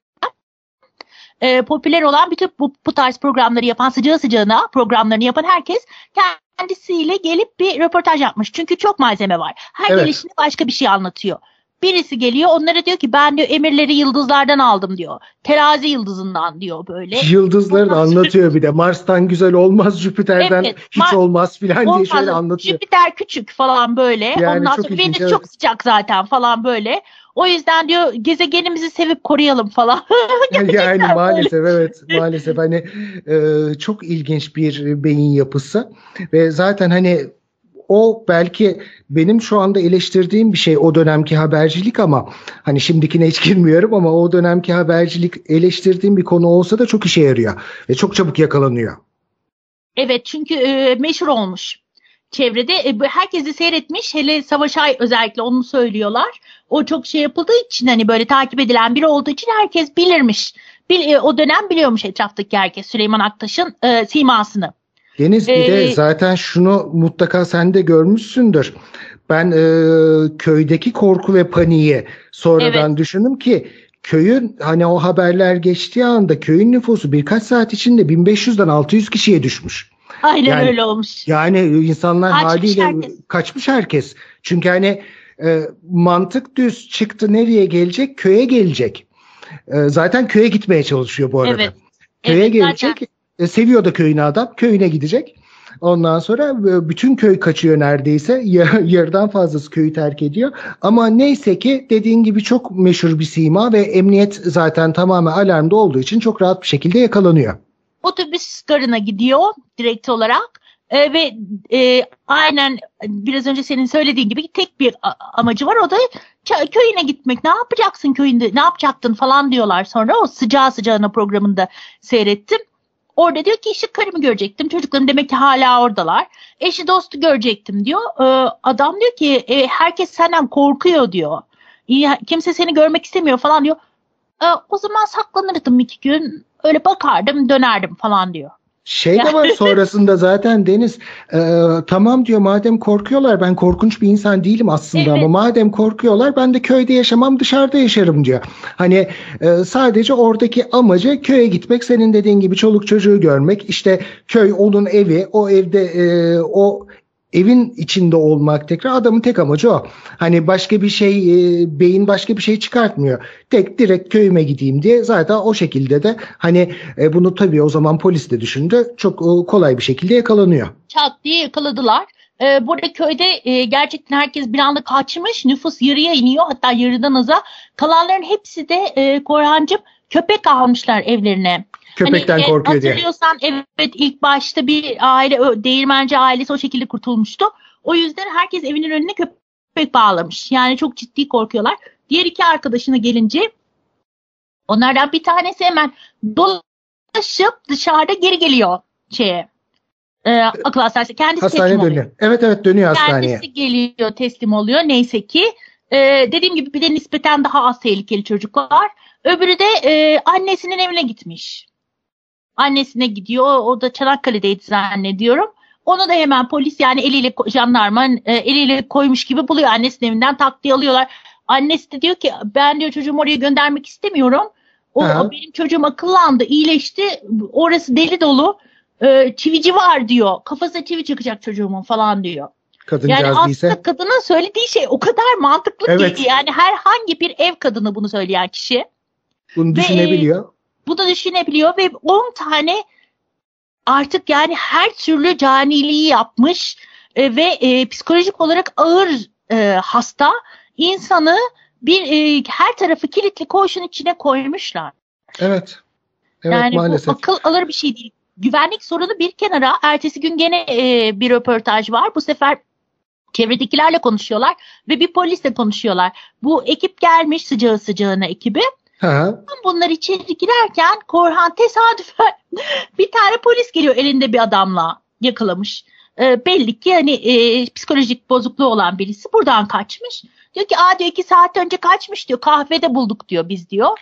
popüler olan bütün bu tarz programları yapan, sıcağı sıcağına programlarını yapan herkes kendisiyle gelip bir röportaj yapmış. Çünkü çok malzeme var. Her gelişinde başka bir şey anlatıyor. Birisi geliyor onlara diyor ki ben diyor emirleri yıldızlardan aldım diyor. Terazi yıldızından diyor böyle. Yıldızları da anlatıyor bir de. Mars'tan güzel olmaz, Jüpiter'den hiç olmaz filan diye şöyle anlatıyor. Jüpiter küçük falan böyle. Yani ondan sonra Venüs çok sıcak zaten falan böyle. O yüzden diyor gezegenimizi sevip koruyalım falan. Yani maalesef maalesef hani çok ilginç bir beyin yapısı ve zaten hani o belki benim şu anda eleştirdiğim bir şey o dönemki habercilik ama hani şimdikine hiç girmiyorum ama o dönemki habercilik eleştirdiğim bir konu olsa da çok işe yarıyor ve çok çabuk yakalanıyor. Evet, çünkü meşhur olmuş çevrede. Herkes de seyretmiş. Hele Savaş Ay özellikle onu söylüyorlar. O çok şey yapıldığı için, hani böyle takip edilen biri olduğu için herkes bilirmiş. O dönem biliyormuş etraftaki herkes Süleyman Aktaş'ın simasını. Deniz, bir de zaten şunu mutlaka sen de görmüşsündür. Ben köydeki korku ve paniği sonradan düşündüm ki köyün, hani o haberler geçtiği anda köyün nüfusu birkaç saat içinde 1500'den 600 kişiye düşmüş. Aynen öyle olmuş. Yani insanlar Kaçmış haliyle kaçmış herkes. Çünkü hani mantık düz çıktı, nereye gelecek? Köye gelecek. Zaten köye gitmeye çalışıyor bu arada. Köye gelecek. Seviyor da köyünü adam. Köyüne gidecek. Ondan sonra bütün köy kaçıyor neredeyse. Yarıdan fazlası köyü terk ediyor. Ama neyse ki dediğin gibi çok meşhur bir sima ve emniyet zaten tamamen alarmda olduğu için çok rahat bir şekilde yakalanıyor. Otobüs garına gidiyor direkt olarak ve aynen biraz önce senin söylediğin gibi tek bir amacı var, o da köyüne gitmek. Ne yapacaksın köyünde, ne yapacaktın falan diyorlar. Sonra o sıcağı sıcağına programında seyrettim. Orada diyor ki işte karımı görecektim, çocuklarım demek ki hala oradalar. Eşi dostu görecektim diyor. Adam diyor ki herkes senden korkuyor diyor. Kimse seni görmek istemiyor falan diyor. O zaman saklanırdım 2 gün, öyle bakardım dönerdim falan diyor. Şey de var sonrasında zaten Deniz, tamam diyor, madem korkuyorlar, ben korkunç bir insan değilim aslında ama madem korkuyorlar ben de köyde yaşamam, dışarıda yaşarım diyor. Hani sadece oradaki amacı köye gitmek, senin dediğin gibi çoluk çocuğu görmek, işte köy onun evi, o evde o evin içinde olmak, tekrar adamın tek amacı o. Hani başka bir şey, beyin başka bir şey çıkartmıyor. Direkt köyüme gideyim diye, zaten o şekilde de hani bunu tabii o zaman polis de düşündü. Çok kolay bir şekilde yakalanıyor. Çat diye yakaladılar. Burada köyde gerçekten herkes bir anda kaçmış. Nüfus yarıya iniyor, hatta yarıdan aza. Kalanların hepsi de Korhancığım köpek almışlar evlerine. Köpekten korkuyor diye. Hatırlıyorsan evet, ilk başta bir aile, değirmenci ailesi o şekilde kurtulmuştu. O yüzden herkes evinin önüne köpek bağlamış. Yani çok ciddi korkuyorlar. Diğer 2 arkadaşına gelince, onlardan bir tanesi hemen dolaşıp dışarıda geri geliyor akıl hastanesi. Kendisi teslim oluyor. Evet, dönüyor hastaneye. Kendisi geliyor, teslim oluyor neyse ki. Dediğim gibi bir de nispeten daha az tehlikeli çocuklar. Öbürü de annesinin evine gitmiş. Annesine gidiyor. O da Çanakkale'deydi zannediyorum. Onu da hemen polis, yani eliyle jandarma eliyle koymuş gibi buluyor. Annesinin evinden tak diye alıyorlar. Annesi de diyor ki ben diyor çocuğumu oraya göndermek istemiyorum. O benim çocuğum akıllandı, iyileşti. Orası deli dolu. Çivici var diyor. Kafasına çivi çıkacak çocuğumun falan diyor. Yani aslında kadının söylediği şey o kadar mantıklı ki, yani herhangi bir ev kadını bunu söyleyen kişi. Bunu düşünebiliyor. Bu da düşünebiliyor ve 10 tane artık yani her türlü caniliği yapmış ve psikolojik olarak ağır hasta insanı her tarafı kilitli koğuşun içine koymuşlar. Evet yani maalesef. Bu akıl alır bir şey değil. Güvenlik sorunu bir kenara, ertesi gün gene bir röportaj var. Bu sefer çevredekilerle konuşuyorlar ve bir polisle konuşuyorlar. Bu ekip gelmiş, sıcağı sıcağına ekibi. Bunlar içeri girerken Korhan tesadüfen bir tane polis geliyor, elinde bir adamla yakalamış. Belli ki hani psikolojik bozukluğu olan birisi, buradan kaçmış. Diyor ki diyor 2 saat önce kaçmış diyor, kahvede bulduk diyor biz diyor.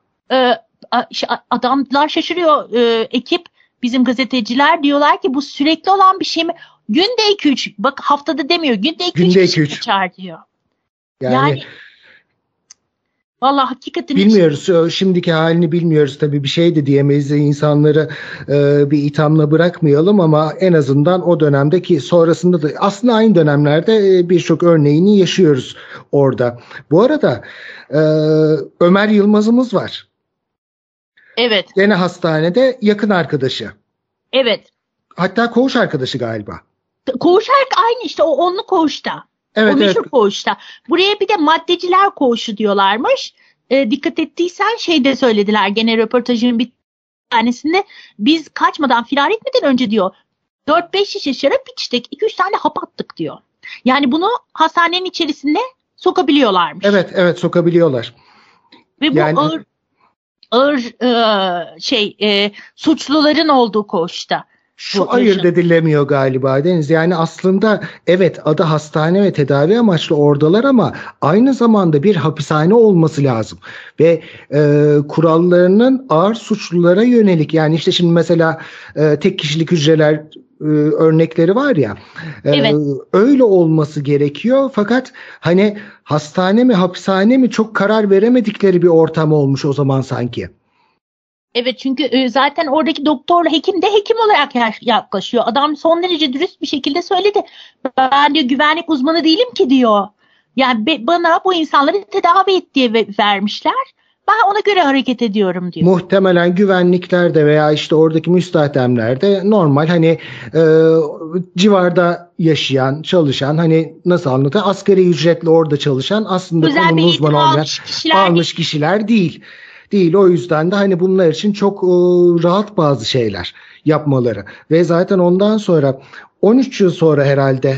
Adamlar şaşırıyor, ekip, bizim gazeteciler diyorlar ki bu sürekli olan bir şey mi? Günde 2-3, bak haftada demiyor, günde 2-3 kişi kaçar diyor. Yani vallahi hakikaten bilmiyoruz. Şimdiki halini bilmiyoruz tabii, bir şey de diyemeyiz. İnsanları bir ithamla bırakmayalım ama en azından o dönemdeki, sonrasında da aslında aynı dönemlerde birçok örneğini yaşıyoruz orada. Bu arada Ömer Yılmaz'ımız var. Evet. Gene hastanede yakın arkadaşı. Evet. Hatta koğuş arkadaşı galiba. Koğuş aynı işte, o onlu koğuşta. Evet, o meşhur koğuşta. Buraya bir de maddeciler koğuşu diyorlarmış. Dikkat ettiysen şeyde söylediler gene röportajın bir tanesinde, biz kaçmadan, firar etmeden önce diyor 4-5 şişe şarap içtik, 2-3 tane hap attık diyor. Yani bunu hastanenin içerisinde sokabiliyorlarmış. Evet sokabiliyorlar. Ve bu ağır suçluların olduğu koğuşta. Şu ayırt edilemiyor galiba Deniz. Yani aslında evet, adı hastane ve tedavi amaçlı oradalar ama aynı zamanda bir hapishane olması lazım. Ve kurallarının ağır suçlulara yönelik, yani işte şimdi mesela tek kişilik hücreler örnekleri var ya, Evet. öyle olması gerekiyor. Fakat hani hastane mi hapishane mi çok karar veremedikleri bir ortam olmuş o zaman sanki. Evet, çünkü zaten oradaki doktorla hekim de hekim olarak yaklaşıyor. Adam son derece dürüst bir şekilde söyledi. Ben diyor güvenlik uzmanı değilim ki diyor. Yani bana bu insanları tedavi et diye vermişler. Ben ona göre hareket ediyorum diyor. Muhtemelen güvenliklerde veya işte oradaki müstahdemlerde normal hani civarda yaşayan, çalışan, hani nasıl anlatayım, asgari ücretli orada çalışan, aslında Özel konunun bir uzmanı eğitim olmayan almış kişiler değil. O yüzden de hani bunlar için çok rahat bazı şeyler yapmaları. Ve zaten ondan sonra 13 yıl sonra herhalde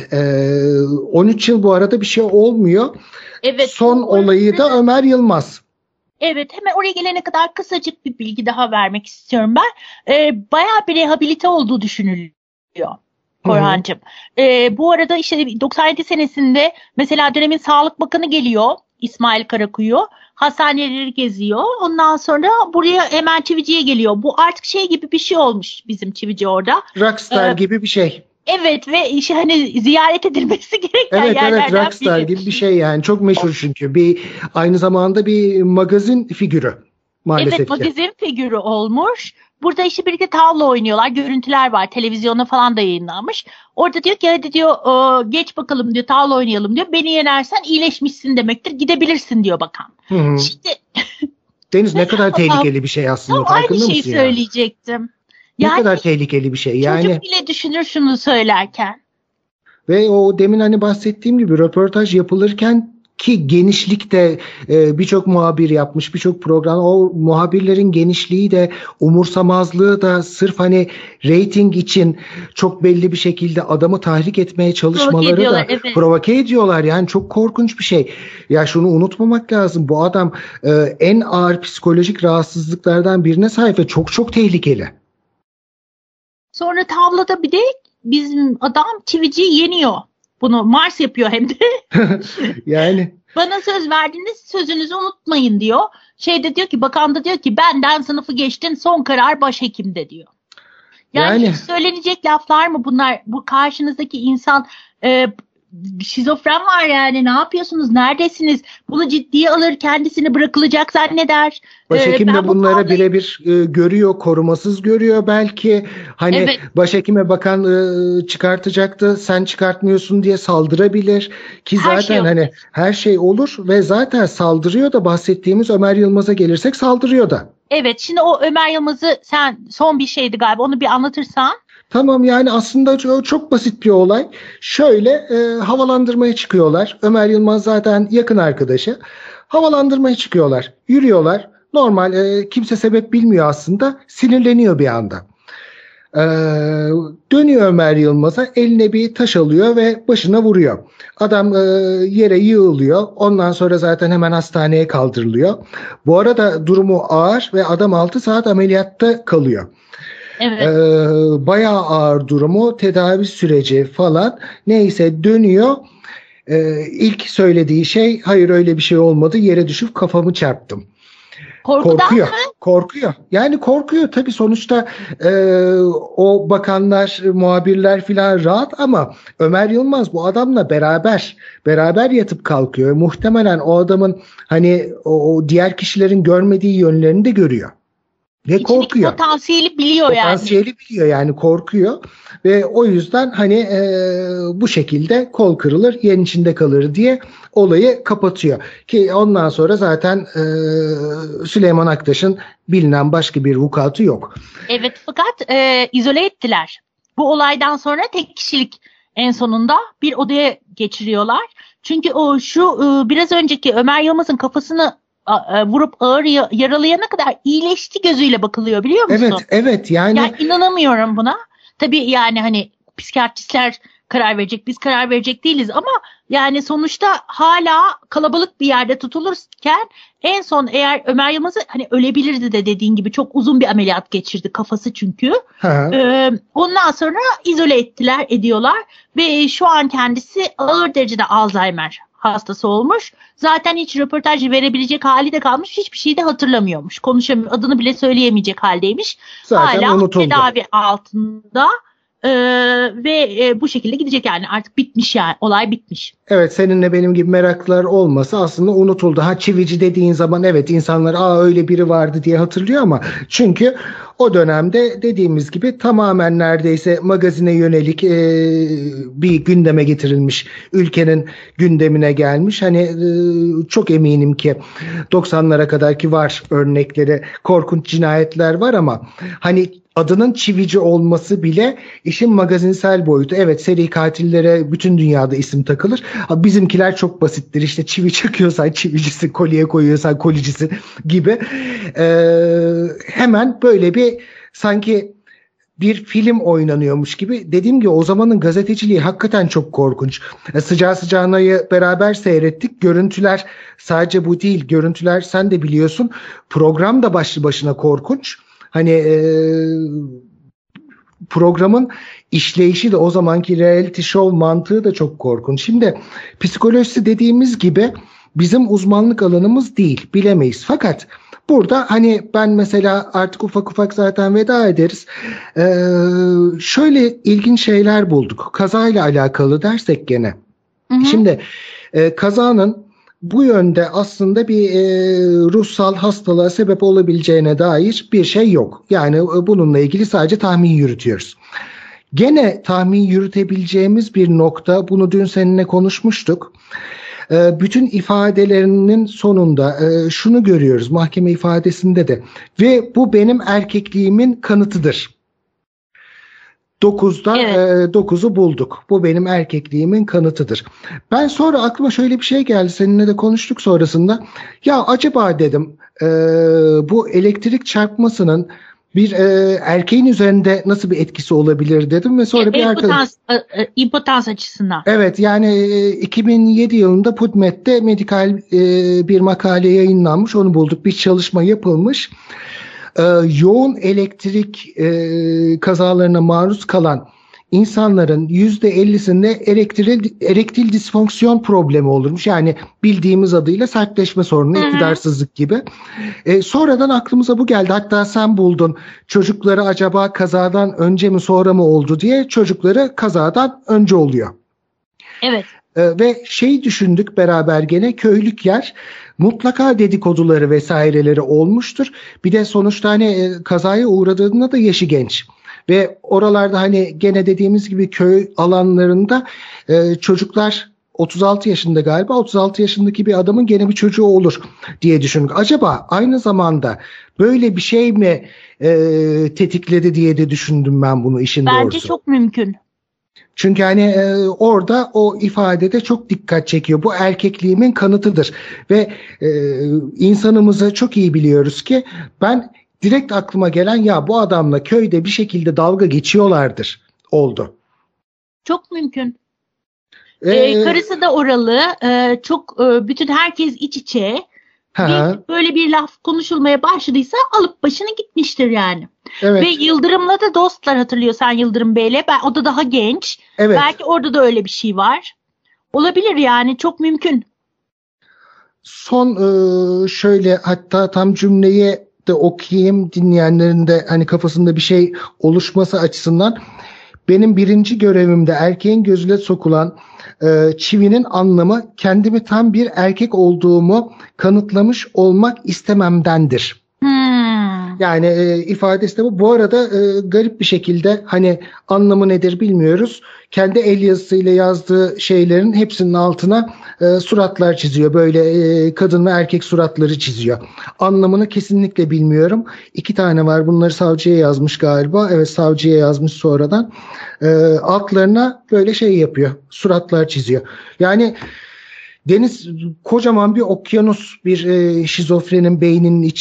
13 yıl bu arada bir şey olmuyor. Evet, son olayı da Ömer Yılmaz. Evet, hemen oraya gelene kadar kısacık bir bilgi daha vermek istiyorum ben. Bayağı bir rehabilite olduğu düşünülüyor Korhancığım. Bu arada işte 97 senesinde mesela dönemin Sağlık Bakanı geliyor, İsmail Karakuyu. Hastaneleri geziyor. Ondan sonra buraya hemen Çivici'ye geliyor. Bu artık şey gibi bir şey olmuş bizim Çivici orada. Rockstar gibi bir şey. Evet ve işte hani ziyaret edilmesi gereken yerlerden evet, Rockstar biri. gibi bir şey yani. Çok meşhur çünkü. Aynı zamanda bir magazin figürü maalesef Evet, ki. magazin figürü olmuş. Burada işte birlikte tavla oynuyorlar. Görüntüler var. Televizyona falan da yayınlanmış. Orada diyor ki hadi diyor geç bakalım diyor, tavla oynayalım diyor. Beni yenersen iyileşmişsin demektir. Gidebilirsin diyor bakan. Hı-hı. Şimdi Deniz, ne kadar tehlikeli bir şey aslında. tam Farkında aynı şeyi mısın ya? söyleyecektim. Ne kadar tehlikeli bir şey. Yani çocuk bile düşünür şunu söylerken. Ve o demin hani bahsettiğim gibi röportaj yapılırken ki genişlikte birçok muhabir yapmış, birçok program, o muhabirlerin genişliği de umursamazlığı da sırf hani reyting için çok belli bir şekilde adamı tahrik etmeye çalışmaları da provoke ediyorlar. Yani çok korkunç bir şey. Ya şunu unutmamak lazım, bu adam en ağır psikolojik rahatsızlıklardan birine sahip ve çok çok tehlikeli. Sonra tavlada bir de bizim adam Çivici'yi yeniyor. Bunu Mars yapıyor hem de. Yani. Bana söz verdiniz, sözünüzü unutmayın diyor. Diyor ki, bakan da diyor ki benden sınıfı geçtin, son karar başhekimde diyor. Yani hiç söylenecek laflar mı bunlar? Bu karşınızdaki insan şizofren var yani, ne yapıyorsunuz, neredesiniz? Bunu ciddiye alır, kendisini bırakılacak zanneder. Başhekim de bunlara birebir görüyor, korumasız görüyor belki. Hani başhekime bakan çıkartacaktı, sen çıkartmıyorsun diye saldırabilir. Ki zaten hani her şey olur ve zaten saldırıyor da, bahsettiğimiz Ömer Yılmaz'a gelirsek saldırıyor da. Evet, şimdi o Ömer Yılmaz'ı sen son bir şeydi galiba, onu bir anlatırsan. Tamam, yani aslında çok basit bir olay. Şöyle havalandırmaya çıkıyorlar. Ömer Yılmaz zaten yakın arkadaşı. Havalandırmaya çıkıyorlar. Yürüyorlar. Normal, kimse sebep bilmiyor aslında. Sinirleniyor bir anda. Dönüyor Ömer Yılmaz'a, eline bir taş alıyor ve başına vuruyor. Adam yere yığılıyor. Ondan sonra zaten hemen hastaneye kaldırılıyor. Bu arada durumu ağır ve adam 6 saat ameliyatta kalıyor. Evet. Bayağı ağır durumu, tedavi süreci falan, neyse dönüyor. İlk söylediği şey, hayır öyle bir şey olmadı, yere düşüp kafamı çarptım. Korkuyor. Yani korkuyor tabii, sonuçta o bakanlar, muhabirler filan rahat ama Ömer Yılmaz bu adamla beraber yatıp kalkıyor. Muhtemelen o adamın hani o diğer kişilerin görmediği yönlerini de görüyor. Ve korkuyor. Potansiyeli biliyor yani korkuyor ve o yüzden hani bu şekilde kol kırılır, yen içinde kalır diye olayı kapatıyor. Ki ondan sonra zaten Süleyman Aktaş'ın bilinen başka bir vukuatı yok. Evet, fakat izole ettiler. Bu olaydan sonra tek kişilik en sonunda bir odaya geçiriyorlar. Çünkü biraz önceki Ömer Yılmaz'ın kafasını vurup ağır yaralayana kadar iyileşti gözüyle bakılıyor, biliyor musun? Evet yani inanamıyorum buna. Tabii yani hani psikiyatristler karar verecek. Biz karar verecek değiliz ama yani sonuçta hala kalabalık bir yerde tutulurken en son eğer Ömer Yılmaz'ı hani ölebilirdi de dediğin gibi çok uzun bir ameliyat geçirdi kafası çünkü. Ondan sonra izole ediyorlar ve şu an kendisi ağır derecede Alzheimer hastası olmuş. Zaten hiç röportaj verebilecek hali de kalmış. Hiçbir şeyi de hatırlamıyormuş. Konuşamıyor. Adını bile söyleyemeyecek haldeymiş. Zaten hala unutuldu. tedavi altında ve bu şekilde gidecek yani. Artık bitmiş yani. Olay bitmiş. Evet, seninle benim gibi meraklılar olmasa aslında unutuldu. Çivici dediğin zaman evet insanlar öyle biri vardı diye hatırlıyor ama çünkü o dönemde dediğimiz gibi tamamen neredeyse magazine yönelik bir gündeme getirilmiş, ülkenin gündemine gelmiş. Çok eminim ki 90'lara kadar ki var örnekleri, korkunç cinayetler var ama adının Çivici olması bile işin magazinsel boyutu. Evet, seri katillere bütün dünyada isim takılır. Bizimkiler çok basittir. İşte çivi çakıyorsan çivicisin, kolye koyuyorsan kolicisin gibi. Hemen böyle bir sanki bir film oynanıyormuş gibi. Dediğim gibi o zamanın gazeteciliği hakikaten çok korkunç. Sıcağı sıcağına'yı beraber seyrettik. Görüntüler sadece bu değil. Görüntüler sen de biliyorsun. Program da başlı başına korkunç. Programın işleyişi de o zamanki reality show mantığı da çok korkunç. Şimdi psikolojisi dediğimiz gibi bizim uzmanlık alanımız değil, bilemeyiz. Fakat burada ben mesela artık ufak ufak zaten veda ederiz. Şöyle ilginç şeyler bulduk. Kazayla alakalı dersek gene. Hı hı. Şimdi kazanın bu yönde aslında bir ruhsal hastalığa sebep olabileceğine dair bir şey yok. Yani bununla ilgili sadece tahmin yürütüyoruz. Gene tahmin yürütebileceğimiz bir nokta, bunu dün seninle konuşmuştuk. Bütün ifadelerinin sonunda şunu görüyoruz mahkeme ifadesinde de ve bu benim erkekliğimin kanıtıdır. 9'da evet. 9'u bulduk. Bu benim erkekliğimin kanıtıdır. Ben sonra aklıma şöyle bir şey geldi. Seninle de konuştuk sonrasında. Ya acaba dedim bu elektrik çarpmasının bir erkeğin üzerinde nasıl bir etkisi olabilir dedim ve sonra impotans açısından. Evet, yani 2007 yılında PubMed'de medikal bir makale yayınlanmış. Onu bulduk. Bir çalışma yapılmış. Yoğun elektrik kazalarına maruz kalan insanların %50'sinde erektil disfonksiyon problemi olurmuş. Yani bildiğimiz adıyla sertleşme sorunu, iktidarsızlık gibi. Sonradan aklımıza bu geldi. Hatta sen buldun. Çocukları acaba kazadan önce mi sonra mı oldu diye. Çocukları kazadan önce oluyor. Evet. Ve düşündük beraber gene, köylük yer. Mutlaka dedikoduları vesaireleri olmuştur. Bir de sonuçta kazaya uğradığında da yaşı genç. Ve oralarda gene dediğimiz gibi köy alanlarında çocuklar 36 yaşında galiba, 36 yaşındaki bir adamın gene bir çocuğu olur diye düşündük. Acaba aynı zamanda böyle bir şey mi tetikledi diye de düşündüm ben bunu işin doğrusu. Bence çok mümkün. Çünkü orada o ifadede çok dikkat çekiyor. Bu erkekliğimin kanıtıdır. Ve insanımızı çok iyi biliyoruz ki ben direkt aklıma gelen ya bu adamla köyde bir şekilde dalga geçiyorlardır oldu. Çok mümkün. Karısı da oralı. Çok bütün herkes iç içe. Böyle bir laf konuşulmaya başladıysa alıp başını gitmiştir yani. Evet. Ve Yıldırım'la da dostlar, hatırlıyorsan Yıldırım Bey'le. O da daha genç. Evet. Belki orada da öyle bir şey var. Olabilir yani, çok mümkün. Son şöyle hatta tam cümleyi de okuyayım, dinleyenlerin de kafasında bir şey oluşması açısından. Benim birinci görevimde erkeğin gözüne sokulan çivinin anlamı kendimi tam bir erkek olduğumu kanıtlamış olmak istememdendir. Yani ifadesi de bu. Bu arada garip bir şekilde anlamı nedir bilmiyoruz. Kendi el yazısıyla yazdığı şeylerin hepsinin altına suratlar çiziyor. Böyle kadın ve erkek suratları çiziyor. Anlamını kesinlikle bilmiyorum. 2 tane var. Bunları savcıya yazmış galiba. Evet, savcıya yazmış sonradan. Altlarına böyle yapıyor. Suratlar çiziyor. Yani deniz kocaman bir okyanus, bir şizofrenin beyninin içi.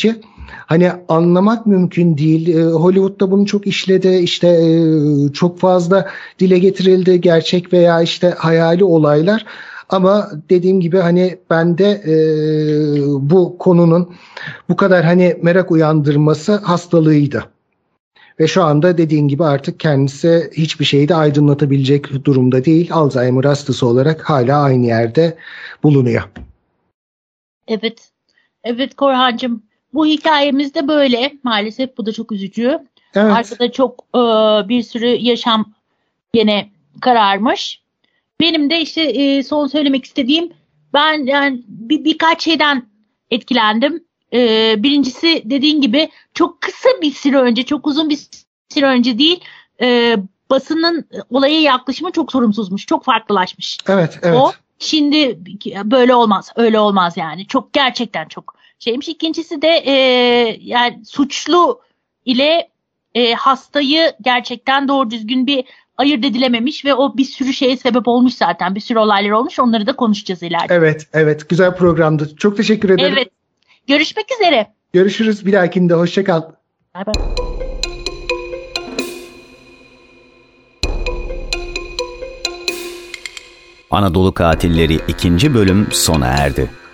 hani anlamak mümkün değil. Hollywood'da bunu çok işledi. İşte çok fazla dile getirildi gerçek veya işte hayali olaylar. Ama dediğim gibi hani bende bu konunun bu kadar hani merak uyandırması hastalığıydı. Ve şu anda dediğin gibi artık kendisi hiçbir şeyi de aydınlatabilecek durumda değil. Alzheimer hastası olarak hala aynı yerde bulunuyor. Evet. Evet Korhancığım. Bu hikayemiz de böyle. Maalesef bu da çok üzücü. Evet. Arkada çok bir sürü yaşam gene kararmış. Benim de işte son söylemek istediğim, ben yani birkaç şeyden etkilendim. Birincisi dediğin gibi çok kısa bir süre önce, çok uzun bir süre önce değil, basının olaya yaklaşımı çok sorumsuzmuş, çok farklılaşmış. Evet. O şimdi böyle olmaz, öyle olmaz yani. Çok gerçekten çok şeymiş. İkincisi de yani suçlu ile hastayı gerçekten doğru düzgün bir ayırt edilememiş ve o bir sürü şeye sebep olmuş zaten. Bir sürü olaylar olmuş. Onları da konuşacağız ileride. Evet. Güzel programdı. Çok teşekkür ederim. Evet. Görüşmek üzere. Görüşürüz bir dahakinde. Hoşça kal. Bay bay. Anadolu Katilleri 2. bölüm sona erdi.